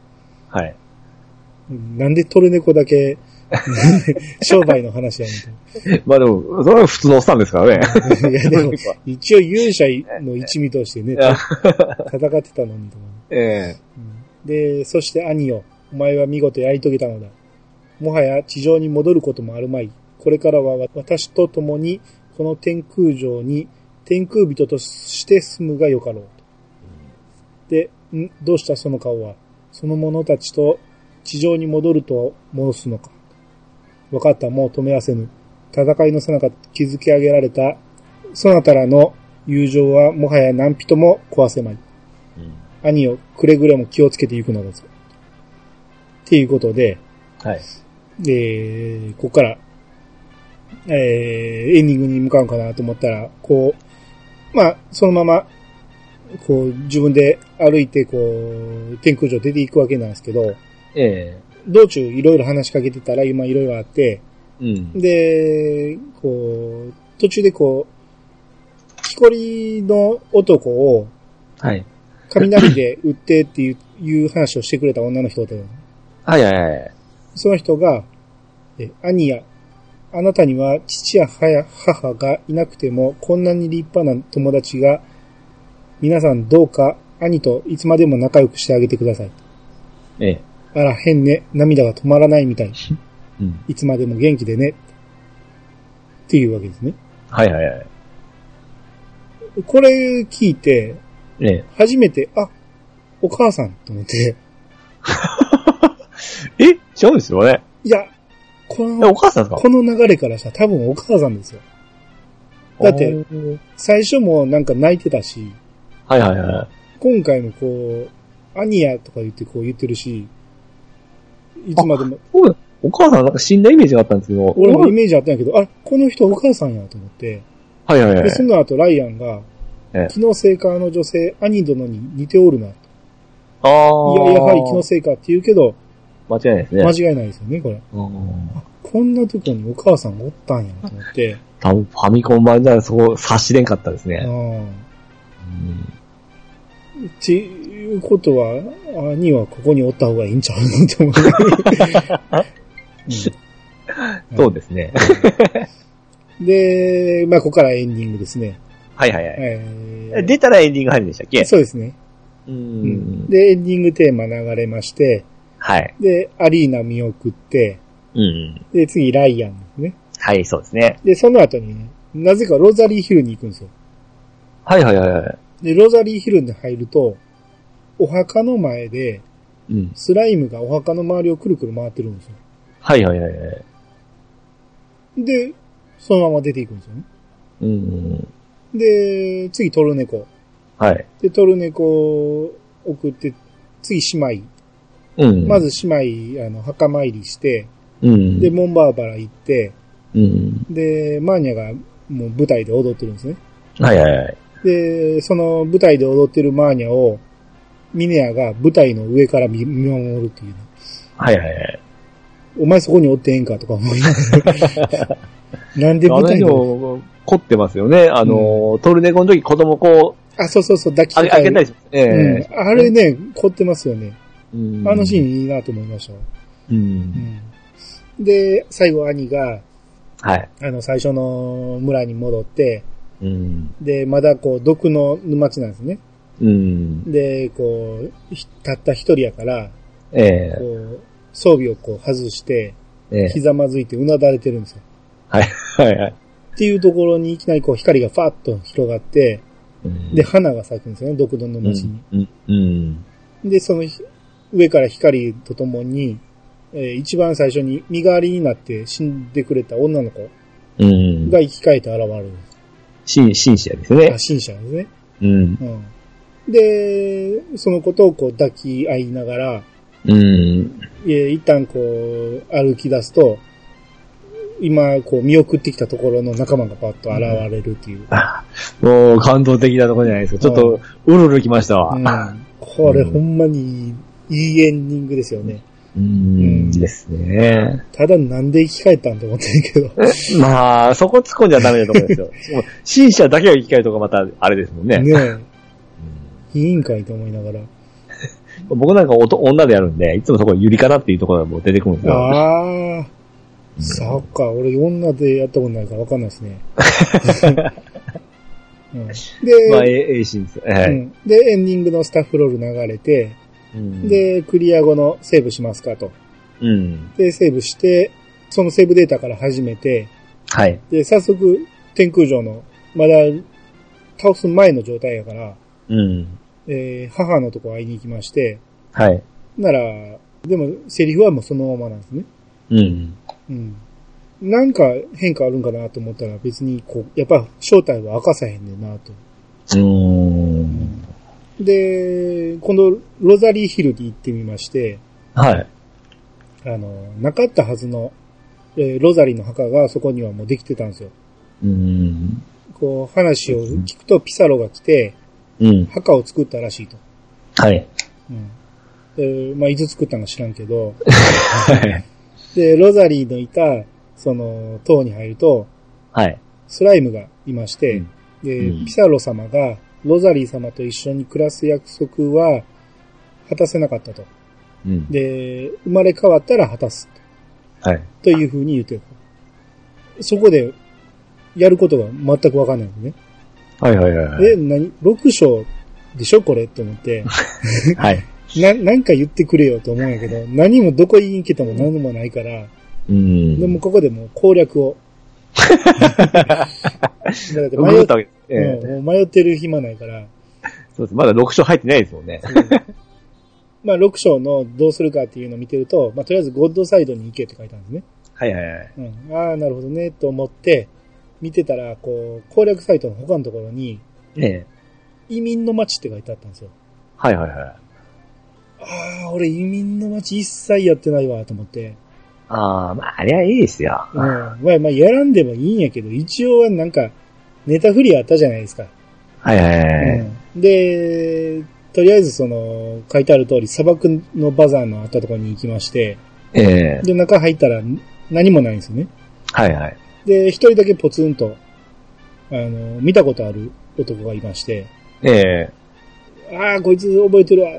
なんでトルネコだけ、商売の話やねんと。 まあでも、それは普通のおっさんですからね。 いやでも、一応勇者の一味としてね、戦ってたのにと思う。で、そして兄よ。お前は見事やり遂げたのだ。もはや地上に戻ることもあるまい。これからは私と共にこの天空城に天空人として住むがよかろうと。で、どうしたその顔は。その者たちと地上に戻ると戻すのか。わかった、もう止めはせぬ。戦いの最中築き上げられたそなたらの友情はもはや何人も壊せまい。兄よ、くれぐれも気をつけていくのだぞ。っていうことで、ここから、エンディングに向かうかなと思ったら、そのまま、自分で歩いて、天空城出ていくわけなんですけど、道中いろいろ話しかけてたら、今いろいろあって、で、途中で木こりの男を、雷で撃ってっていう話をしてくれた女の人で、その人が、アニヤ、 あなたには父や母がいなくても、こんなに立派な友達が、皆さんどうか兄といつまでも仲良くしてあげてください。 ええ。 あら、変ね。涙が止まらないみたい。 うん。 いつまでも元気でね。っていうわけですね。 はいはいはい。 これ聞いて、 ええ。 初めて、あ、お母さんと思って。 え？違うんですよね。 いや、 お母さんですか？ この流れからしたら多分お母さんですよ。だって、最初もなんか泣いてたし、 はいはいはい。 今回もこう、兄やとか言ってこう言ってるし、いつまでも。 お母さんなんか死んだイメージがあったんですけど。 俺もイメージあったんやけど、あ、この人お母さんやと思って。 はいはいはい。 で、その後ライアンが、気のせいかの女性、兄殿に似ておるなと。 ああ。 いや、やはり気のせいかって言うけど、 間違いないですね。 間違いないですよね、これ。こんなとこにお母さんがおったんやと思って。 多分ファミコン版じゃそこ察しれんかったですね。 っていうことは、兄はここにおった方がいいんちゃうのって思う、 そうですね。 で、まあ、ここからエンディングですね。 はいはいはい。出たらエンディング入るんでしたっけ？ そうですね。で、エンディングテーマ流れまして、 はい。 で、アリーナ見送って、で、次、ライアンですね。 はい、そうですね。 で、その後にね、なぜかロザリーヒルに行くんですよ。 はいはいはい。で、 ロザリーヒルに入ると、お墓の前で、スライムがお墓の周りをくるくる回ってるんですよ。 はいはいはい。 で、そのまま出ていくんですよね。で、次トルネコ。 はい。 で、トルネコを送って、次姉妹。まず姉妹、墓参りして、で、モンバーバラ行って、で、マーニャがもう舞台で踊ってるんですね。 はいはいはい。 で、その舞台で踊ってるマーニャを、ミネアが舞台の上から見守るっていう、ね。 はいはいはい。 お前そこにおってええんかとか思いながら。なんで舞台で。 凝ってますよね。トルネコの時子供こう。 あ、そうそうそう、抱きかかえる。 あげたりします。 あれね、凝ってますよね。あのシーンいいなと思いました。で、最後兄が、 はい。 最初の村に戻って、で、まだこう、毒の沼地なんですね。で、こう、たった一人やから、こう装備をこう外して、ひざまずいてうなだれてるんですよ。 はい、はい、はい。 っていうところにいきなりこう光がファーッと広がって、で、花が咲くんですよね、毒の沼地に。で、その上から光とともに、一番最初に身代わりになって死んでくれた女の子が生き返って現れるんです。 シンシアですね。 シンシアですね。で、その子とこう抱き合いながら、一旦こう歩き出すと、今こう見送ってきたところの仲間がパッと現れるっていう。 もう感動的なところじゃないですか。ちょっとうるうるきましたわ。 これほんまにいいエンディングですよね。 ですね。 ただなんで生き返ったんと思ってるけど。 まあ、そこ突っ込んじゃダメなところですよ。シンシアだけが生き返るとかまたあれですもんね。 ねえ。いいんかいと思いながら。 僕なんか女でやるんで、いつもそこゆりかなっていうところがもう出てくるんですよ。 ああ。そうか、俺女でやったことないから分かんないですね。で、 まあ、シーンですよ。 で、エンディングのスタッフロール流れて、で、クリア後のセーブしますかと。で、セーブして、そのセーブデータから始めて、 はい。 で、早速、天空城の、まだ、倒す前の状態やから、母のとこ会いに行きまして、 はい。 なら、でも、セリフはもうそのままなんですね。なんか変化あるんかなと思ったら別にこう、やっぱ正体は明かさへんねんなと。で、今度ロザリーヒルに行ってみまして、 はい。 なかったはずの、ロザリーの墓がそこにはもうできてたんですよ。こう話を聞くとピサロが来て、墓を作ったらしいと。 はい。 まあ、いつ作ったのか知らんけど、で、ロザリーのいた、その、塔に入ると、 はい。 スライムがいまして、で、ピサロ様が、ロザリー様と一緒に暮らす約束は、果たせなかったと。で、生まれ変わったら果たすと。 はい。 という風に言ってる。 そこで、やることが全くわかんないんでね。 はいはいはい。 6章でしょこれって思って。 はい。 なんか言ってくれよと思うんやけど、何もどこに行けても何もないから、でもここでもう攻略を。迷ってる暇ないから。 そうです。まだ6章入ってないですもんね。 まあ6章のどうするかっていうのを見てると、まあとりあえずゴッドサイドに行けって書いてあるんですね。 はいはいはい。 ああ、なるほどね、と思って、見てたら、こう、攻略サイトの他のところに、移民の街って書いてあったんですよ。 はいはいはい。 ああ、俺移民の街一切やってないわ、と思って。 ああ、まあ、あれはいいですよ。 まあ、やらんでもいいんやけど、一応はなんか、ネタフリあったじゃないですか。 はいはいはい。 で、とりあえず書いてある通り、砂漠のバザーのあったところに行きまして、で、中入ったら何もないんですよね。はいはい。で、一人だけポツンと、見たことある男がいまして、ああ、こいつ覚えてるわって、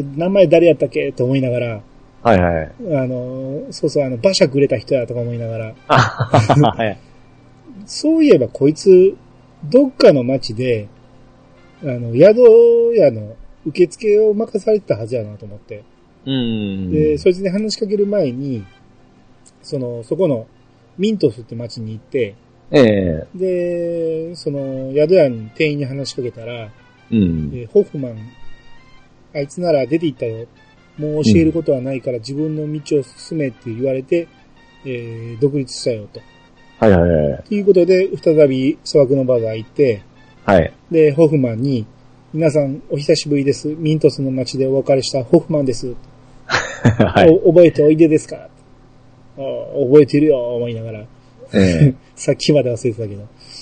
名前誰やったっけと思いながら、はいはい。そうそう、馬車くれた人やとか思いながら、はい。そういえばこいつ、どっかの町で、宿屋の受付を任されてたはずやなと思って。で、そいつに話しかける前に、そこのミントスって町に行って、で、宿屋に店員に話しかけたら、ホフマン、あいつなら出て行ったよ。もう教えることはないから自分の道を進めって言われて、独立したよと。はいはいはい。ということで、再び砂漠のバザー行って、はい。で、ホフマンに、皆さんお久しぶりです。ミントスの町でお別れしたホフマンです。はい。覚えておいでですか？覚えてるよ、思いながら。さっきまで忘れてたけ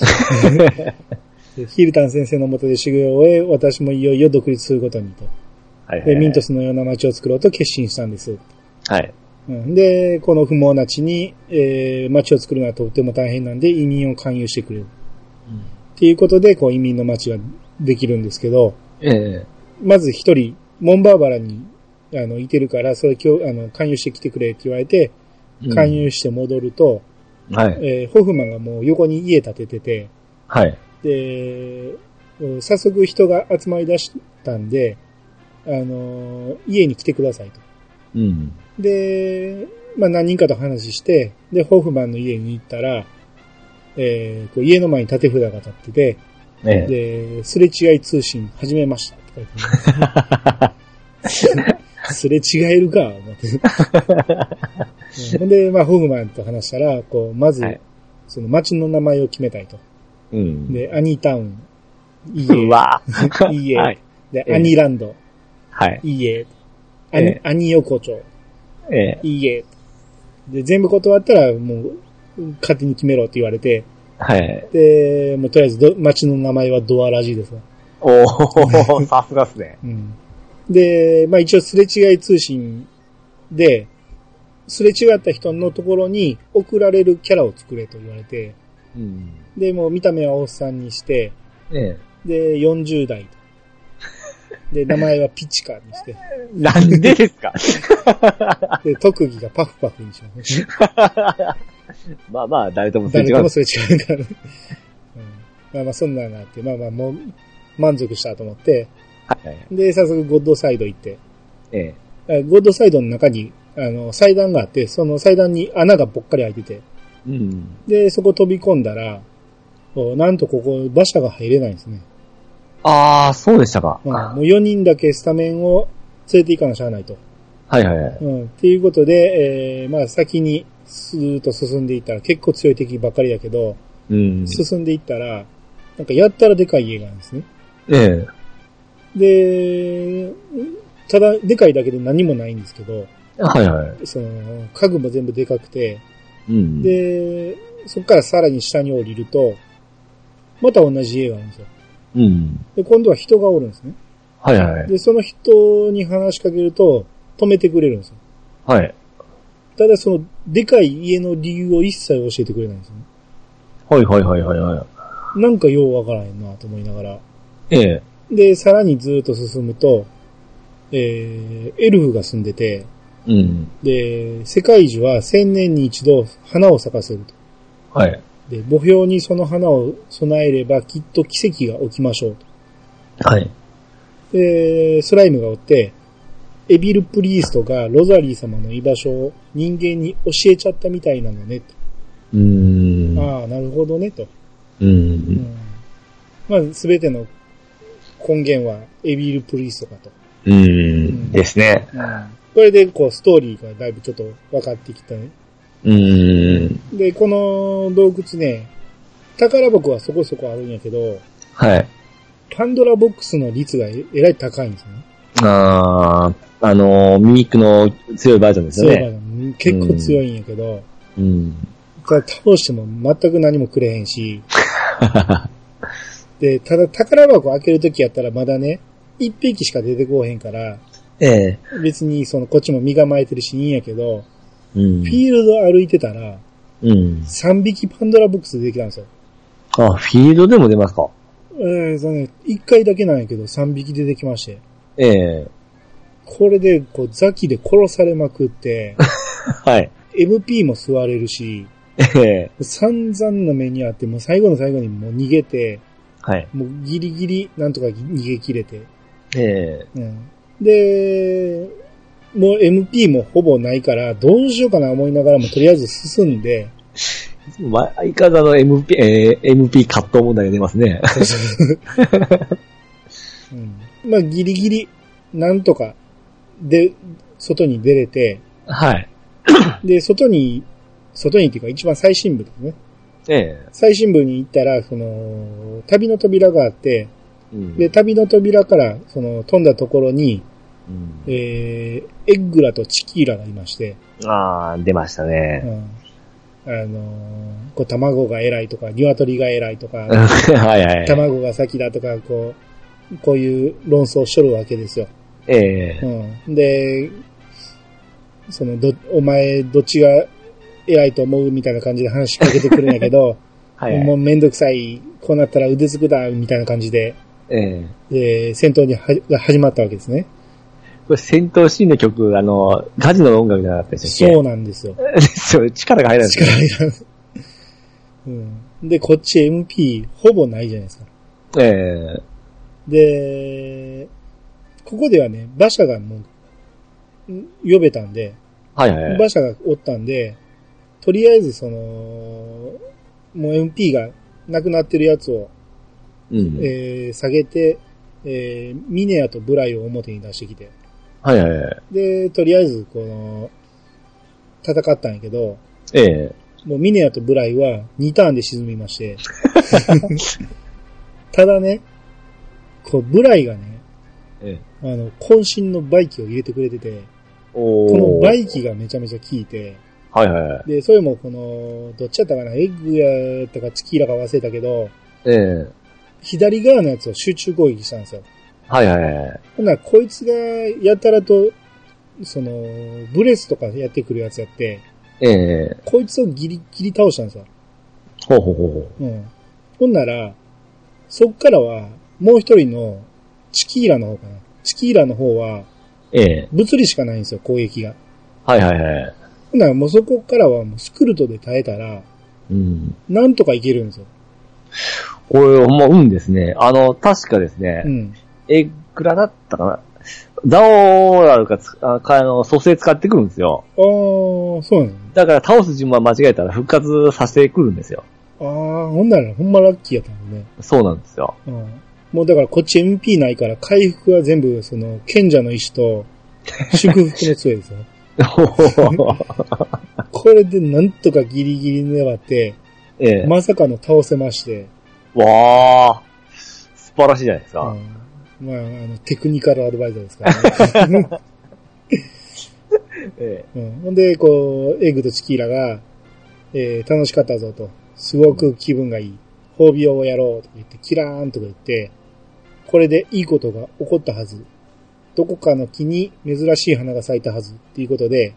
ど。ヒルタン先生の下で修行を終え、私もいよいよ独立することにと。はいはいはい、で、ミントスのような町を作ろうと決心したんです。はい。で、この不毛な地に、町を作るのはとても大変なんで移民を勧誘してくれる。っていうことで、移民の町ができるんですけど、まず一人、モンバーバラに、いてるから、それ勧誘してきてくれって言われて、勧誘して戻ると、はい。ホフマンがもう横に家建ててて、はい。で、早速人が集まり出したんで、家に来てくださいと。で、まあ何人かと話して、で、ホフマンの家に行ったら、家の前に縦札が立ってて、で、すれ違い通信始めましたって書いてある。すれ違えるか、思って。で、まあ、ホフマンと話したら、まず、その町の名前を決めたいと。で、アニータウン、いいえ。いいえ。はい、で、アニーランド、いいえ。アニ横丁、いいえ。で、全部断ったら、もう、勝手に決めろって言われて、はい。で、もうとりあえず町の名前はドアラジですね。 おー、さすがっすね。 で、まあ一応すれ違い通信で、すれ違った人のところに送られるキャラを作れと言われて、で、もう見た目はおっさんにして、で、40代と。で、名前はピチカにして。 なんでですか？ で、特技がパフパフにしますね。 まあまあ、誰ともすれ違う。誰ともすれ違うからね。まあまあ、そんなのがあって、まあまあ、もう、満足したと思って、はい、で、早速ゴッドサイド行って、ゴッドサイドの中に、祭壇があって、その祭壇に穴がぽっかり開いてて、で、そこ飛び込んだら、なんとここ、馬車が入れないんですね。 ああ、そうでしたか。 もう4人だけスタメンを連れて行かなしゃあないと。はいはいはい。っていうことで、まあ先にスーッと進んでいったら結構強い敵ばっかりだけど、進んでいったら、なんかやったらでかい家があるんですね。で、ただでかいだけで何もないんですけど、はいはい。家具も全部でかくて、で、そこからさらに下に降りると、また同じ家があるんですよ。で、今度は人がおるんですね。はいはい。で、その人に話しかけると、止めてくれるんですよ。はい。ただでかい家の理由を一切教えてくれないんですよね。はいはいはいはいはい。なんかようわからへんなと思いながら。で、さらにずっと進むと、エルフが住んでて、で、世界樹は1000年に一度花を咲かせると。 はい。 で、墓標にその花を備えればきっと奇跡が起きましょうと。 はい。 で、スライムがおって、エビル・プリーストがロザリー様の居場所を人間に教えちゃったみたいなのね、と。ああ、なるほどね、と。まあ、すべての根源はエビル・プリーストかと。 ですね。 これで、こう、ストーリーがだいぶちょっと分かってきたね。で、この洞窟ね、宝箱はそこそこあるんやけど、 はい。 パンドラボックスの率がえらい高いんですね。 ミミックの強いバージョンですよね。 強いバージョン。結構強いんやけど、倒しても全く何もくれへんし、で、ただ宝箱開けるときやったらまだね、一匹しか出てこうへんから、別にこっちも身構えてるしいいんやけど、フィールド歩いてたら、3匹パンドラボックス出てきたんですよ。 あ、フィールドでも出ますか 1回だけなんやけど3匹出てきまして。これで、こう、ザキで殺されまくって、 はい。 MP も吸われるし、散々な目にあって、もう最後の最後にもう逃げて、 はい。 もうギリギリなんとか逃げ切れて。で、もう MP もほぼないから、どうしようかな思いながらもとりあえず進んで、 相方の MP 葛藤問題が出ますね。 まあギリギリ、なんとか、で、外に出れて、 はい。 で、外にっていうか一番最深部ですね。最深部に行ったら、旅の扉があって、で、旅の扉から、飛んだところに、エッグラとチキーラがいまして。 出ましたね。 こう、卵が偉いとか、鶏が偉いとか、 はいはい。 卵が先だとか、こういう論争をしとるわけですよ。で、お前どっちが偉いと思うみたいな感じで話しかけてくるんやけど、もうめんどくさい、こうなったら腕つくだ、みたいな感じで、で、戦闘が始まったわけですね。 これ戦闘シーンの曲、ガジの音楽じゃなかったでしたっけ？ そうなんですよ。 力が入らない。 力が入らない。で、こっち MP ほぼないじゃないですか。で、ここではね、馬車がもう、呼べたんで、馬車がおったんで、とりあえずもう MP がなくなってるやつを、下げて、ミネアとブライを表に出してきて、で、とりあえず、戦ったんやけど、もうミネアとブライは2ターンで沈みまして、ただね、ブライがね、渾身のバイキを入れてくれてて、このバイキがめちゃめちゃ効いて、で、それもどっちやったかな、エッグやったかチキーラか忘れたけど、左側のやつを集中攻撃したんですよ。ほんなら、こいつがやたらと、ブレスとかやってくるやつやって、こいつをギリギリ倒したんですよ。ほんなら、そっからは、もう一人のチキーラの方かな。チキーラの方は、物理しかないんですよ、攻撃が。ほんならもうそこからはもうスクルトで耐えたら、なんとかいけるんですよ。 これ、ほんま、運ですね。確かですね、エッグラだったかな。ザオラルか蘇生使ってくるんですよ。 そうなの？ だから倒す順番間違えたら復活させてくるんですよ。 ほんならほんまラッキーやったのね。 そうなんですよ。 もうだからこっち MP ないから回復は全部賢者の石と祝福の杖ですよ。これでなんとかギリギリ粘って、まさかの倒せまして。 わー。素晴らしいじゃないですか。 まあ、テクニカルアドバイザーですからね。ほんで、エッグとチキーラが、楽しかったぞと。すごく気分がいい。褒美をやろうとか言って、キラーンとか言って、これでいいことが起こったはず。どこかの木に珍しい花が咲いたはずっていうことで、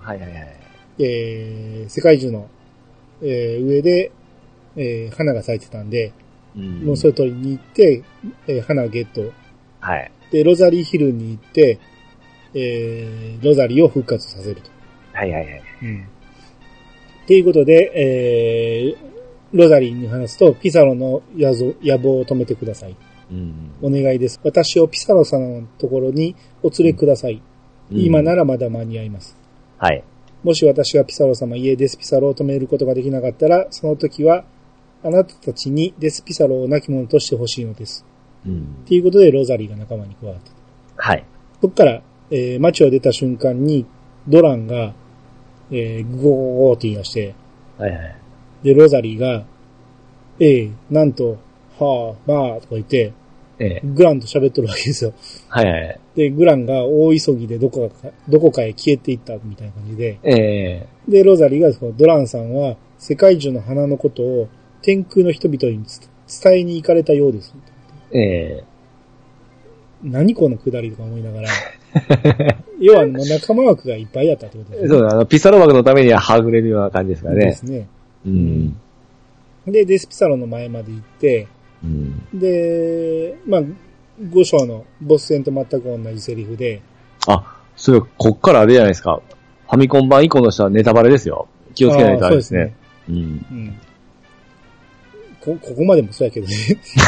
世界中の、上で、花が咲いてたんで、もうそれ取りに行って、花をゲット。で、ロザリーヒルに行って、ロザリーを復活させると。 ということで、ロザリーに話すと、ピサロの野望を止めてください。お願いです。私をピサロさんのところにお連れください。今ならまだ間に合います。 はい。 もし私がピサロ様、いえデスピサロを止めることができなかったら、その時は、あなたたちにデスピサロを亡き者としてほしいのです。ということで、ロザリーが仲間に加わった。 はい。 そこから、街を出た瞬間に、ドランが、ゴーって言い出して、 はいはい。 で、ロザリーが、なんと、はあ、まあ、とか言って、グランと喋ってるわけですよ。 はいはい。 で、グランが大急ぎでどこかへ消えていったみたいな感じで、で、ロザリーがドランさんは世界中の花のことを天空の人々に伝えに行かれたようです。何このくだりとか思いながら、要はもう仲間枠がいっぱいあったってことですね。 そうだ、ピサロ枠のためにははぐれるような感じですからね。 ですね。で、デスピサロの前まで行って、で、まあ、5章のボス戦と全く同じセリフで。 あ、それ、こっからあれじゃないですか。ファミコン版以降の人はネタバレですよ。気をつけないとあれですね。 ここまでもそうやけどね。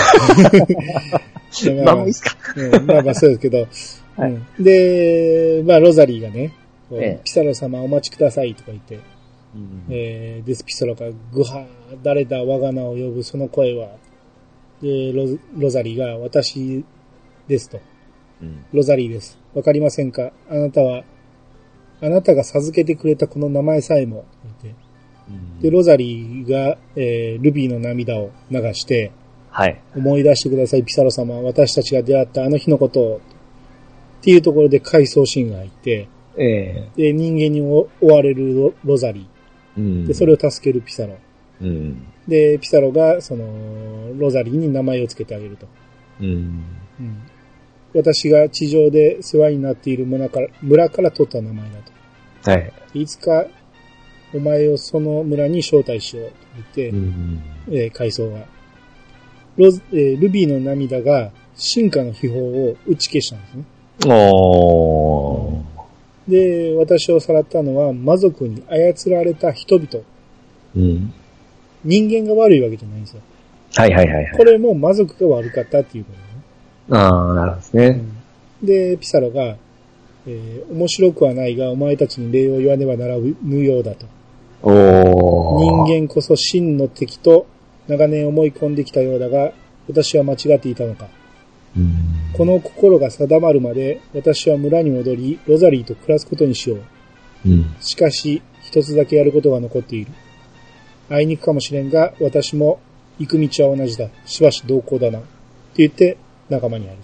まあもういいっすか。 まあそうですけど。で、まあロザリーがね、ピサロ様お待ちくださいとか言って、デスピサロがグハー、誰だ我が名を呼ぶその声は、で、ロザリーが私ですと。ロザリーです。わかりませんか？あなたが授けてくれたこの名前さえも、言って、で、ロザリーが、ルビーの涙を流して、 はい。 思い出してください、ピサロ様。私たちが出会ったあの日のことを。っていうところで回想シーンが入って、で、人間に追われるロザリー。で、それを助けるピサロ。で、ピサロが、ロザリーに名前をつけてあげると。私が地上で世話になっている村から取った名前だと。はい。いつか、お前をその村に招待しようと言って、回想が。ルビーの涙が進化の秘宝を打ち消したんですね。で、私をさらったのは魔族に操られた人々。人間が悪いわけじゃないんですよ。はいはいはい、はい。これも魔族が悪かったっていうことね。 ああ、なるほどですね。 で、ピサロが、面白くはないがお前たちに礼を言わねばならぬようだと。人間こそ真の敵と長年思い込んできたようだが、私は間違っていたのか。この心が定まるまで私は村に戻り、ロザリーと暮らすことにしよう。しかし、一つだけやることが残っている。会いに行くかもしれんが、私も行く道は同じだ。しばし同行だな。って言って仲間に会います。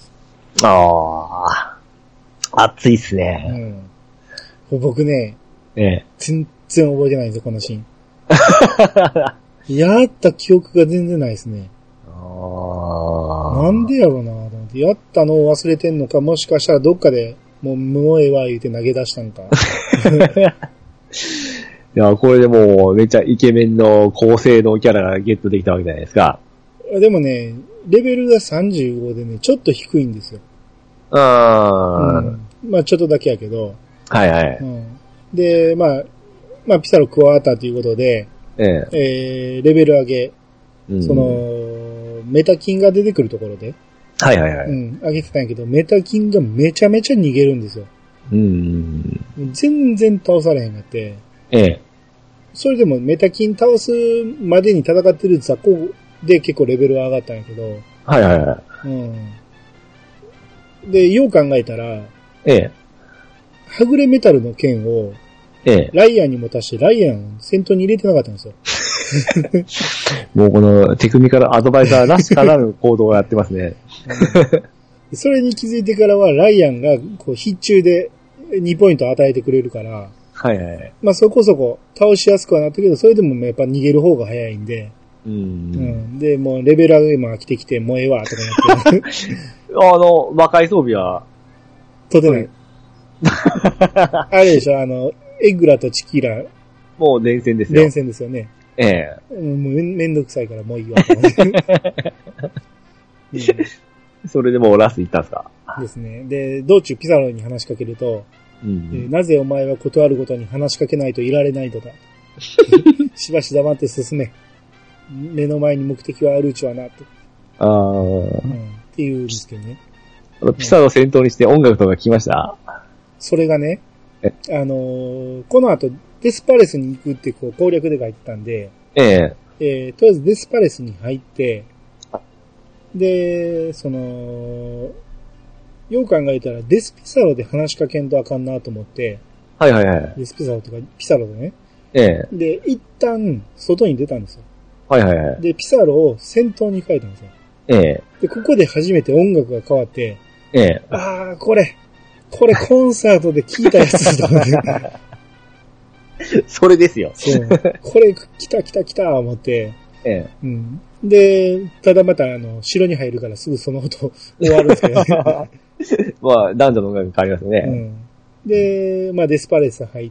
熱いっすね。 僕ね、全然覚えてないんですよ、このシーン。やった記憶が全然ないですね。なんでやろうなと思って。やったのを忘れてんのか、もしかしたらどっかでもう無えわ言うて投げ出したんか。 いや、これでもうめっちゃイケメンの高性能キャラがゲットできたわけじゃないですか。 でもね、レベルが35でね、ちょっと低いんですよ。まあちょっとだけやけど。はいはい。で、まあピサロ加わったということで、レベル上げ、メタキンが出てくるところで、はいはいはい。上げてたんやけど、メタキンがめちゃめちゃ逃げるんですよ。全然倒されへんかって。それでもメタキン倒すまでに戦ってる雑魚で結構レベルは上がったんやけど。はいはいはい。で、よう考えたら、はぐれメタルの剣を、ライアンに持たして、ライアンを戦闘に入れてなかったんですよ。 もうこのテクニカルアドバイザーらしからぬ行動をやってますね。 それに気づいてからは、ライアンがこう必中で2ポイント与えてくれるから、はいはい。まあそこそこ倒しやすくはなったけど、それでもやっぱ逃げる方が早いんで、で、もうレベル上げも飽きてきて、もうええわ、とかやって。 魔界装備はとてない。あれでしょ、エグラとチキラ。 もう連戦ですよ。 連戦ですよね。もうめんどくさいからもういいわ。 それでもうラス行ったんすか？ ですね。で、道中ピザロに話しかけると、なぜお前は断るごとに話しかけないといられないのだ。 しばし黙って進め。目の前に目的はあるうちはな、と。っていうんですけどね。 ピサロを先頭にして音楽とか聞きました？ それがね、この後、デスパレスに行くってこう攻略で書いてたんで、とりあえずデスパレスに入って、で、よう考えたらデスピサロで話しかけんとあかんなと思って、 はいはいはい。 デスピサロとかピサロでね。で、一旦外に出たんですよ。 はいはいはい。 で、ピサロを先頭に変えたんですよ。で、ここで初めて音楽が変わって、ああ、これコンサートで聴いたやつだね。 それですよ。 そう。これ、来た、思って。うん。で、ただまた、城に入るからすぐその音終わるんですけどね。 まあ、男女の音楽変わりますね。 うん。で、まあ、デスパレス入って、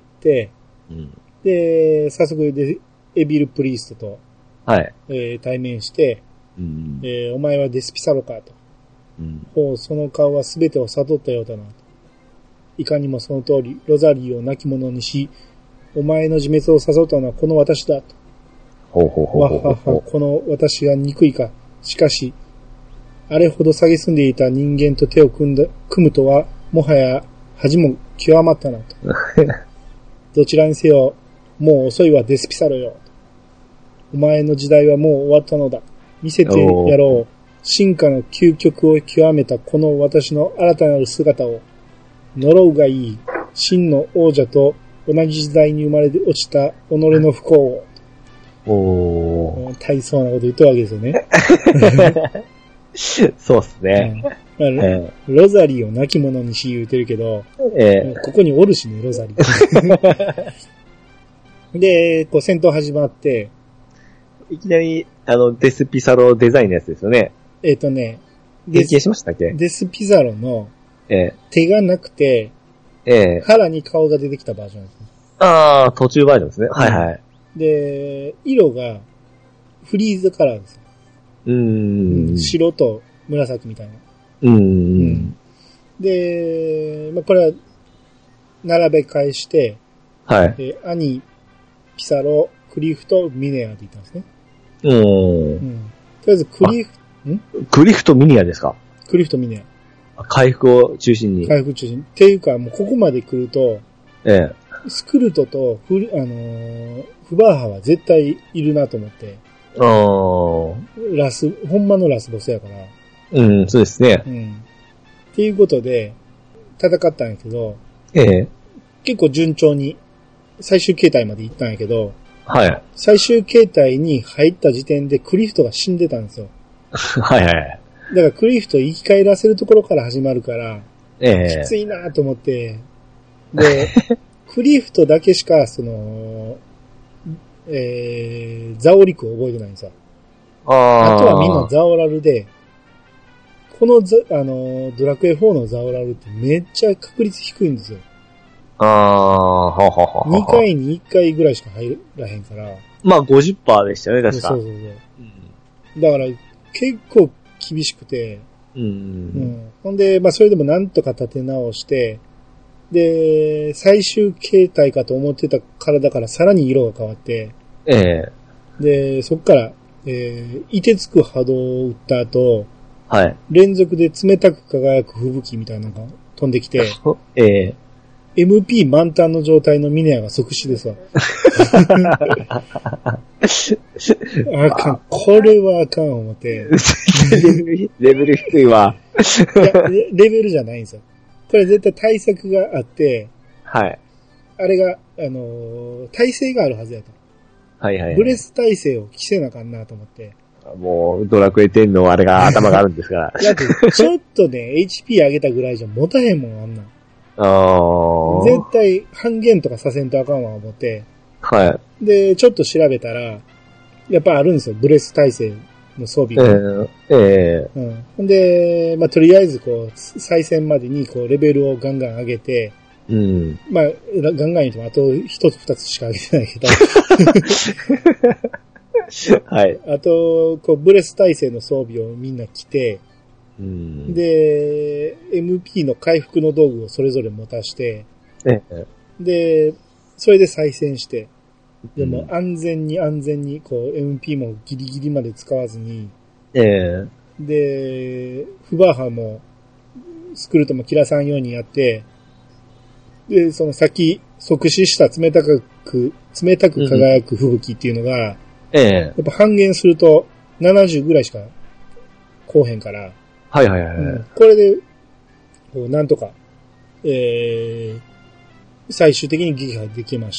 で、早速で、エビル・プリーストと、対面して、お前はデスピサロかと。ほう、その顔は全てを悟ったようだなと。いかにもその通り、ロザリーを亡き者にし、お前の自滅を誘ったのはこの私だと。わはは、この私が憎いか。しかし、あれほど蔑んでいた人間と手を組むとは、もはや恥も極まったなと。どちらにせよ、もう遅いわデスピサロよ。お前の時代はもう終わったのだ。見せてやろう。進化の究極を極めたこの私の新たなる姿を。呪うがいい。真の王者と同じ時代に生まれて落ちた己の不幸を。大層なこと言ったわけですよね。 そうっすね。 ロザリーを亡き者にし言うてるけど、ここにおるしね、ロザリー。で、こう戦闘始まって、 いきなり、デスピサロデザインのやつですよね。 経験しましたっけ？ デスピサロの、手がなくて、腹に顔が出てきたバージョンですね。 ああ、途中バージョンですね。はいはい。 で、色が、フリーズカラーです。白と紫みたいな。で、まあ、これは、並べ返して、兄、ピサロ、クリフとミネアで言ったんですね。とりあえずクリフとミネアですか？ クリフとミネア。回復を中心に。 回復中心。っていうか、もうここまで来ると、スクルトとフバーハは絶対いるなと思って。ほんまのラスボスやから。 そうですね。 っていうことで、戦ったんやけど、結構順調に、最終形態まで行ったんやけど、最終形態に入った時点でクリフトが死んでたんですよ。だからクリフト生き返らせるところから始まるから、きついなと思って、で、クリフトだけしか、ザオリクを覚えてないんですよ。あとはみんなザオラルで、このドラクエ4のザオラルってめっちゃ確率低いんですよ。2回に1回ぐらいしか入らへんから。 まあ 50% でしたよね、確か。 そう。だから結構厳しくて。ほんで、まあそれでもなんとか立て直して、で、最終形態かと思ってた体からさらに色が変わって、で、そっから、凍てつく波動を打った後、連続で冷たく輝く吹雪みたいなのが飛んできて、MP 満タンの状態のミネアが即死ですわ。あかん。これはあかん思って。 レベル低いわ。 いや、レベルじゃないんですよ。これ絶対対策があって、あれが、耐性があるはずやと。ブレス耐性を着せなあかんなと思って。 もう、ドラクエ10のあれが頭があるんですから。 だって、ちょっとね、HP 上げたぐらいじゃ持たへんもん、あんなん。絶対半減とかさせんとあかんわ思って。で、ちょっと調べたら、やっぱあるんですよ。ブレス耐性の装備が。ほんで、まあ、とりあえずこう、再戦までにこう、レベルをガンガン上げて、まあ、ガンガン言ってもあと一つ二つしか上げてないけど。あと、こう、ブレス耐性の装備をみんな着て、で、MP の回復の道具をそれぞれ持たして、で、それで再戦して、 でも安全に、こう、MP もギリギリまで使わずに、で、フバーハも、スクルトも切らさんようにやって、で、その先、即死した冷たく輝く吹雪っていうのが、やっぱ半減すると70ぐらいしかこうへんから、 はい。 これで、こうなんとか、最終的に撃破できまして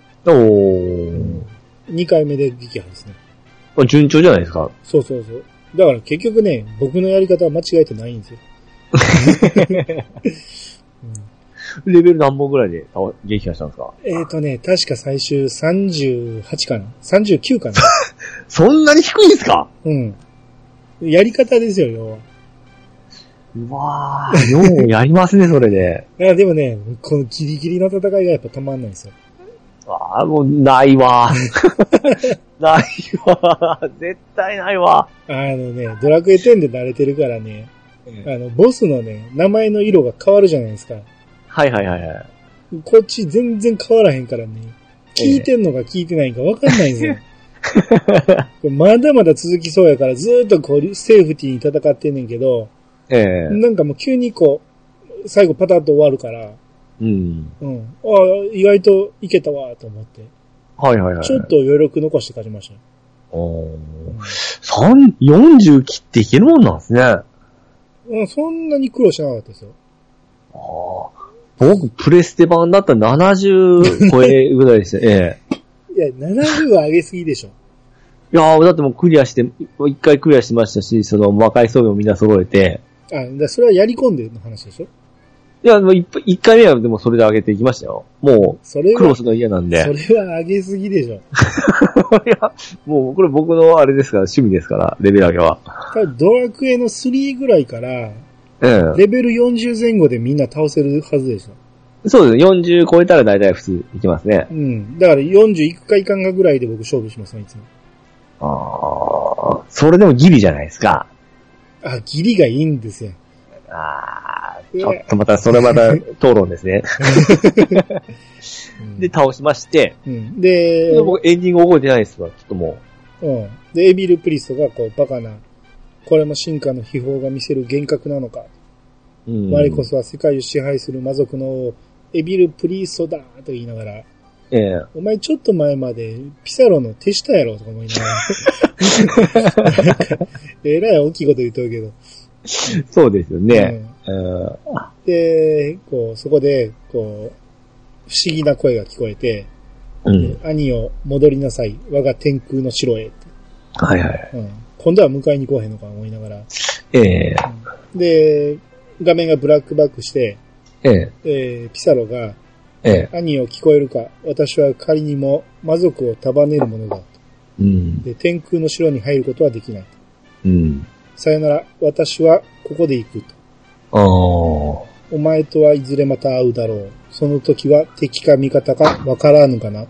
。2回目で撃破ですね。 順調じゃないですか。 そう。だから結局ね、僕のやり方は間違えてないんですよ。 レベル何本ぐらいで撃破したんですか？ 確か最終38かな ?39 かなそんなに低いんですか？ うん。やり方ですよ、要は。 うわぁ、ようやりますね、それで。 いや、でもね、このギリギリの戦いがやっぱ止まんないんですよ。 ああ、もう、ないわ。ないわ。絶対ないわ。 ドラクエ10で慣れてるからね、ボスのね、名前の色が変わるじゃないですか。 はい。 こっち全然変わらへんからね、聞いてんのか聞いてないか分かんないんですよ。まだまだ続きそうやからずーっとこう、セーフティーに戦ってんねんけど、なんかもう急にこう、最後パタッと終わるから、意外といけたわと思って。 はい。 ちょっと余力残して勝ちましたよ。 40切っていけるもんなんですね。 そんなに苦労しなかったですよ。 僕、プレステ版だったら70超えぐらいですね。 いや、70は上げすぎでしょ。 いやだってもうクリアして、一回クリアしましたし、その魔界装備もみんな揃えて。 それはやり込んでの話でしょ？ いや、一回目はでもそれで上げていきましたよ。もう、クロスの嫌なんで。 それは上げすぎでしょ。いや、もうこれ僕のあれですから、趣味ですから、レベル上げは。 ドラクエの3ぐらいから、レベル40前後でみんな倒せるはずでしょ。 そうですね。40超えたら大体普通いきますね。 だから40いくかいかんかぐらいで僕勝負しますね、いつも。 それでもギリじゃないですか。 ギリがいいんですよ。 ちょっとまた、それまた討論ですね。で、倒しまして。で、僕エンディング覚えてないですわ、ちょっともう。で、エビル・プリストがこう、バカな、これも進化の秘宝が見せる幻覚なのか。我こそは世界を支配する魔族のエビル・プリストだと言いながら、お前ちょっと前までピサロの手下やろとか思いながら。えらい大きいこと言っとるけど。 そうですよね。 で、こう、そこで、こう、不思議な声が聞こえて、兄を戻りなさい、我が天空の城へって。今度は迎えに来へんのか思いながら。で、画面がブラックバックして、ピサロが、兄を聞こえるか、私は仮にも魔族を束ねるものだと。で、天空の城に入ることはできない。さよなら、私はここで行くと。お前とはいずれまた会うだろう。その時は敵か味方かわからぬかなと。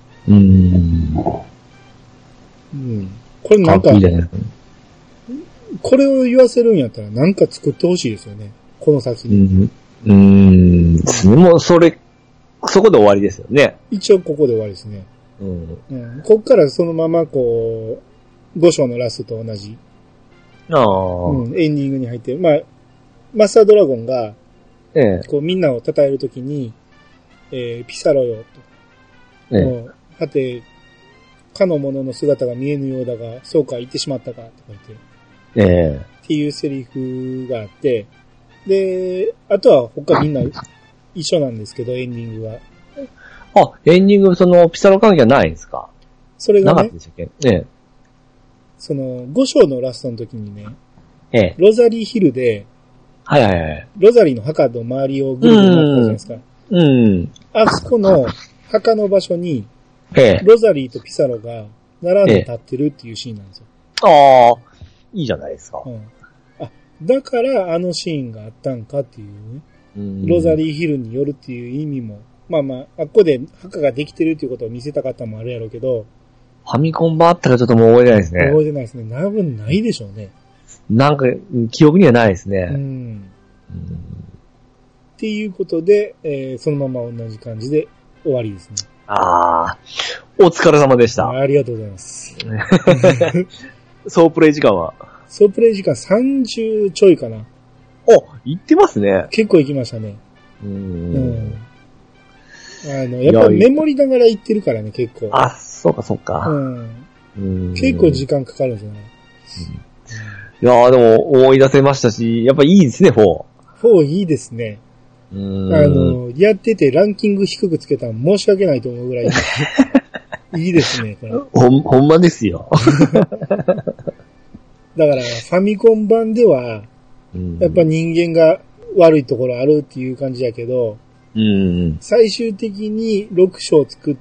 これなんか、これを言わせるんやったらなんか作ってほしいですよね。この先に。 もうそこで終わりですよね。 一応ここで終わりですね。こっからそのままこう、5章のラストと同じ。エンディングに入って、マスタードラゴンが、こうみんなを称えるときに、ピサロよと。はて、かの者の姿が見えぬようだが、そうか、言ってしまったか、とか言って。っていうセリフがあって、で、あとは他みんな一緒なんですけど、エンディングは。 エンディング、その、ピサロ関係はないんですか？ それがね、 なかったでしたっけ？ その、5章のラストの時にね、ロザリーヒルで、ロザリーの墓の周りをぐるぐる回ったじゃないですか。あそこの墓の場所に、ロザリーとピサロが並んで立ってるっていうシーンなんですよ。 いいじゃないですか。 だからあのシーンがあったんかっていうね。ロザリーヒルによるっていう意味も、あっこで墓ができてるっていうことを見せたかったのもあるやろうけど、 ファミコン版あったらちょっともう覚えてないですね。 覚えてないですね。多分ないでしょうね。 なんか、記憶にはないですね。 っていうことで、そのまま同じ感じで終わりですね。 ああ、お疲れ様でした。 ありがとうございます。 総プレイ時間は総プレイ時間30ちょいかな。 お、行ってますね。 結構行きましたね。やっぱりメモリながら行ってるからね、結構。 あ、そうかそうか。 結構時間かかるんですよね。 いやーでも思い出せましたし、やっぱいいですね、4。 4いいですね。やっててランキング低くつけたら申し訳ないと思うぐらいいいですね、これ。 ほんまですよ。 だから、ファミコン版では、やっぱ人間が悪いところあるっていう感じやけど、最終的に6章作って、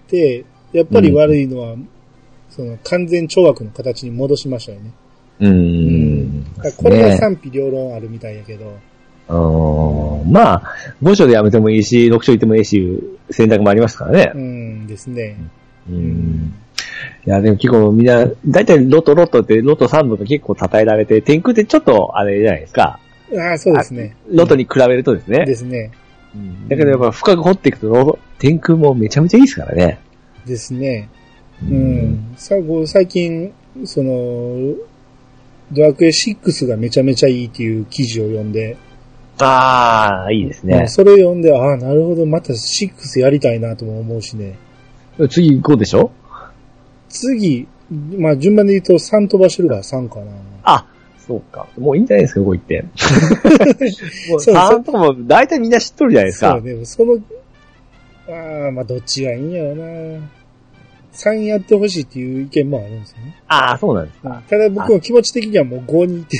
やっぱり悪いのは、その完全懲悪の形に戻しましたよね。これが賛否両論あるみたいやけど。 まあ、5章でやめてもいいし、6章行ってもいいし、いう選択もありますからね。 ですね。 いや、でも結構みんな、だいたいロトってロト3部が結構称えられて、天空ってちょっとあれじゃないですか。 ああ、そうですね。 ロトに比べるとですね。 ですね。 だけどやっぱ深く掘っていくと、天空もめちゃめちゃいいですからね。 ですね。最近、その、ドラクエ6がめちゃめちゃいいっていう記事を読んで。 ああ、いいですね。 それを読んで、ああ、なるほど、また6やりたいなとも思うしね。 次5でしょ？次、 まあ順番で言うと3飛ばしてるから3かな。 あ、そうか。もういいんじゃないですか、5行って。もう3とかも大体みんな知っとるじゃないですか。 そうね、まあどっちがいいんやろな。3やってほしいっていう意見もあるんですよね。 ああ、そうなんですか。 ただ僕の気持ち的にはもう5に行って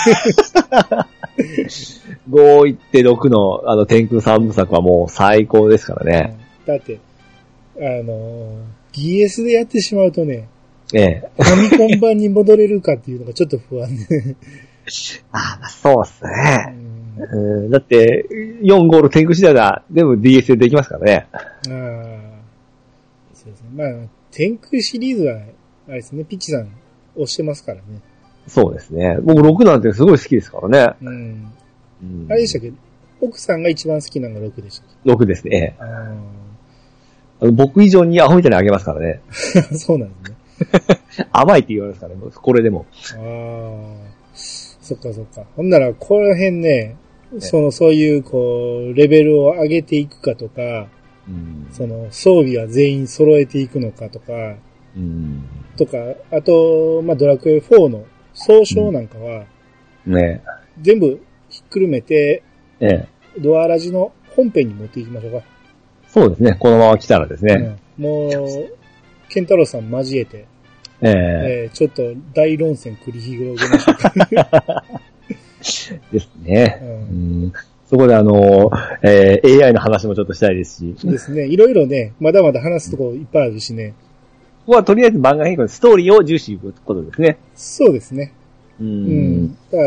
5行って6の天空3部作はもう最高ですからね。 だって、DS でやってしまうとね、ファミコン版に戻れるかっていうのがちょっと不安で。 まあそうっすね。だって、4、5の天空次第が全部 DS でできますからね。 そうですね。まあ、天空シリーズは、あれですね、ピッチさん押してますからね。 そうですね。僕6なんてすごい好きですからね。 あれでしたっけ？奥さんが一番好きなのが6でしたっけ？ 6ですね。僕以上にアホみたいにあげますからね。 そうなんですね。 甘いって言われますからね、これでも。 そっかそっか。ほんなら、この辺ね、そういう、レベルを上げていくかとか、装備は全員揃えていくのかとか、あと、まあ、ドラクエ4の総称なんかは、全部ひっくるめて、ドアラジの本編に持っていきましょうか。 そうですね。このまま来たらですね。 もう、ケンタロウさん交えて、ちょっと大論戦繰り広げましょうか。 ですね。そこでAI の話もちょっとしたいですし。 ですね。いろいろね、まだまだ話すとこいっぱいあるしね。 ここはとりあえず漫画変更でストーリーを重視することですね。 そうですね。だから、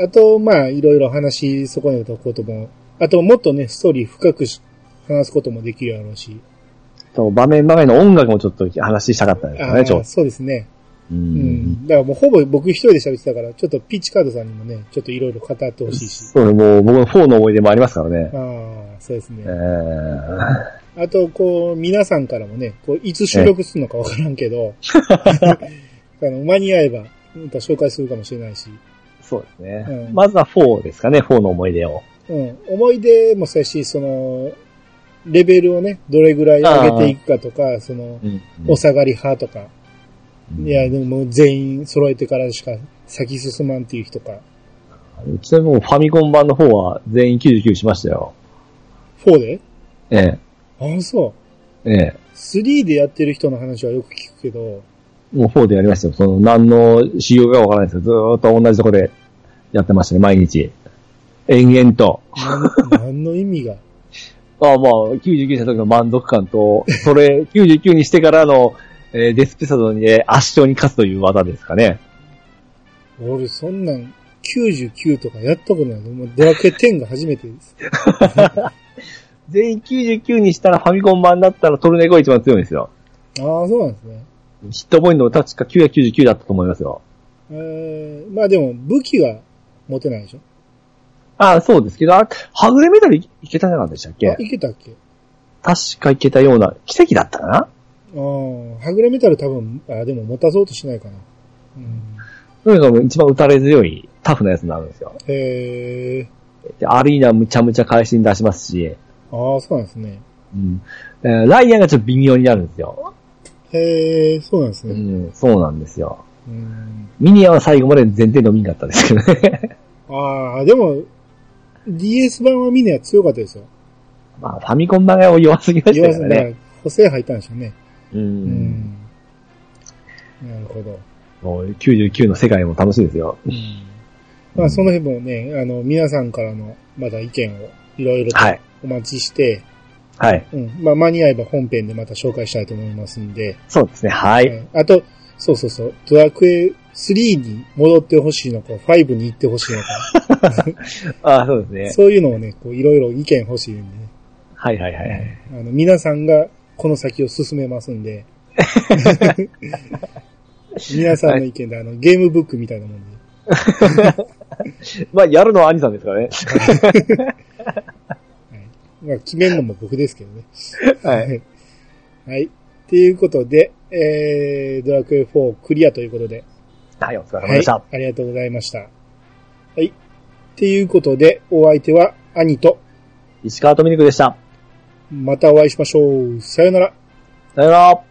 あと、まあ、いろいろ話し損ねたことも、あともっとね、ストーリー深く話すこともできるやろうし。 場面の音楽もちょっと話したかったですね、 そうですね。だからもうほぼ僕一人で喋ってたから、ちょっとピッチカードさんにもね、ちょっといろいろ語ってほしいし。 そうね、もう僕の4の思い出もありますからね。 そうですね。あと、皆さんからもね、いつ収録するのかわからんけど、間に合えば、紹介するかもしれないし。 そうですね。まずは4ですかね、4の思い出を。 思い出もそうやし、レベルをね、どれぐらい上げていくかとか、お下がり派とか。いや、でももう全員揃えてからしか先進まんっていう人か。 ちなみにファミコン版の方は全員99しましたよ。 4で？ あ、 そう。3でやってる人の話はよく聞くけど。 もう4でやりましたよ。何の修行かわからないですけど、ずーっと同じとこでやってましたね、毎日。延々と。 何の意味がまあ、99した時の満足感と、それ、99にしてからの、デスペサドに圧勝に勝つという技ですかね。 俺、そんなん、99とかやったことない。もうドラクエ10が初めてです。 全員99にしたらファミコン版だったらトルネコが一番強いんですよ。 そうなんですね。 ヒットポイントも確か999だったと思いますよ。 まあでも、武器は持てないでしょ？ そうですけど、はぐれメダルいけたんじゃなかったでしたっけ？ いけたっけ？ 確かいけたような、奇跡だったかな。 はぐれメタル多分、でも持たそうとしないかな。 とにかく一番打たれ強いタフなやつになるんですよ。 で、 アリーナむちゃむちゃ返しに出しますし。 そうなんですね。 ライアンがちょっと微妙になるんですよ。 そうなんですね。 そうなんですよ。ミニアは最後まで全然飲みんかったですけどね。 でも、DS 版はミニア強かったですよ。 まあ、ファミコン版が弱すぎましたからね。 補正入ったんでしょうね。なるほど。 もう99の世界も楽しいですよ。 まあ、その辺もね、皆さんからのまだ意見をいろいろとお待ちして、 はい。 まあ、間に合えば本編でまた紹介したいと思いますんで。 そうですね、はい。 あと、そう。ドラクエ3に戻ってほしいのか、5に行ってほしいのか。そうですね。 そういうのをね、こういろいろ意見欲しいんでね。 はい。 皆さんがこの先を進めますんで。皆さんの意見で、ゲームブックみたいなもんで。 まあ、やるのは兄さんですからね。 まあ、決めるのも僕ですけどね。 はい。 はい。ということで、ドラクエ4クリアということで。 はい、お疲れ様でした。 はい、ありがとうございました。はい。ということで、お相手は兄と石川とみにくでした。 またお会いしましょう。さよなら。 さよなら。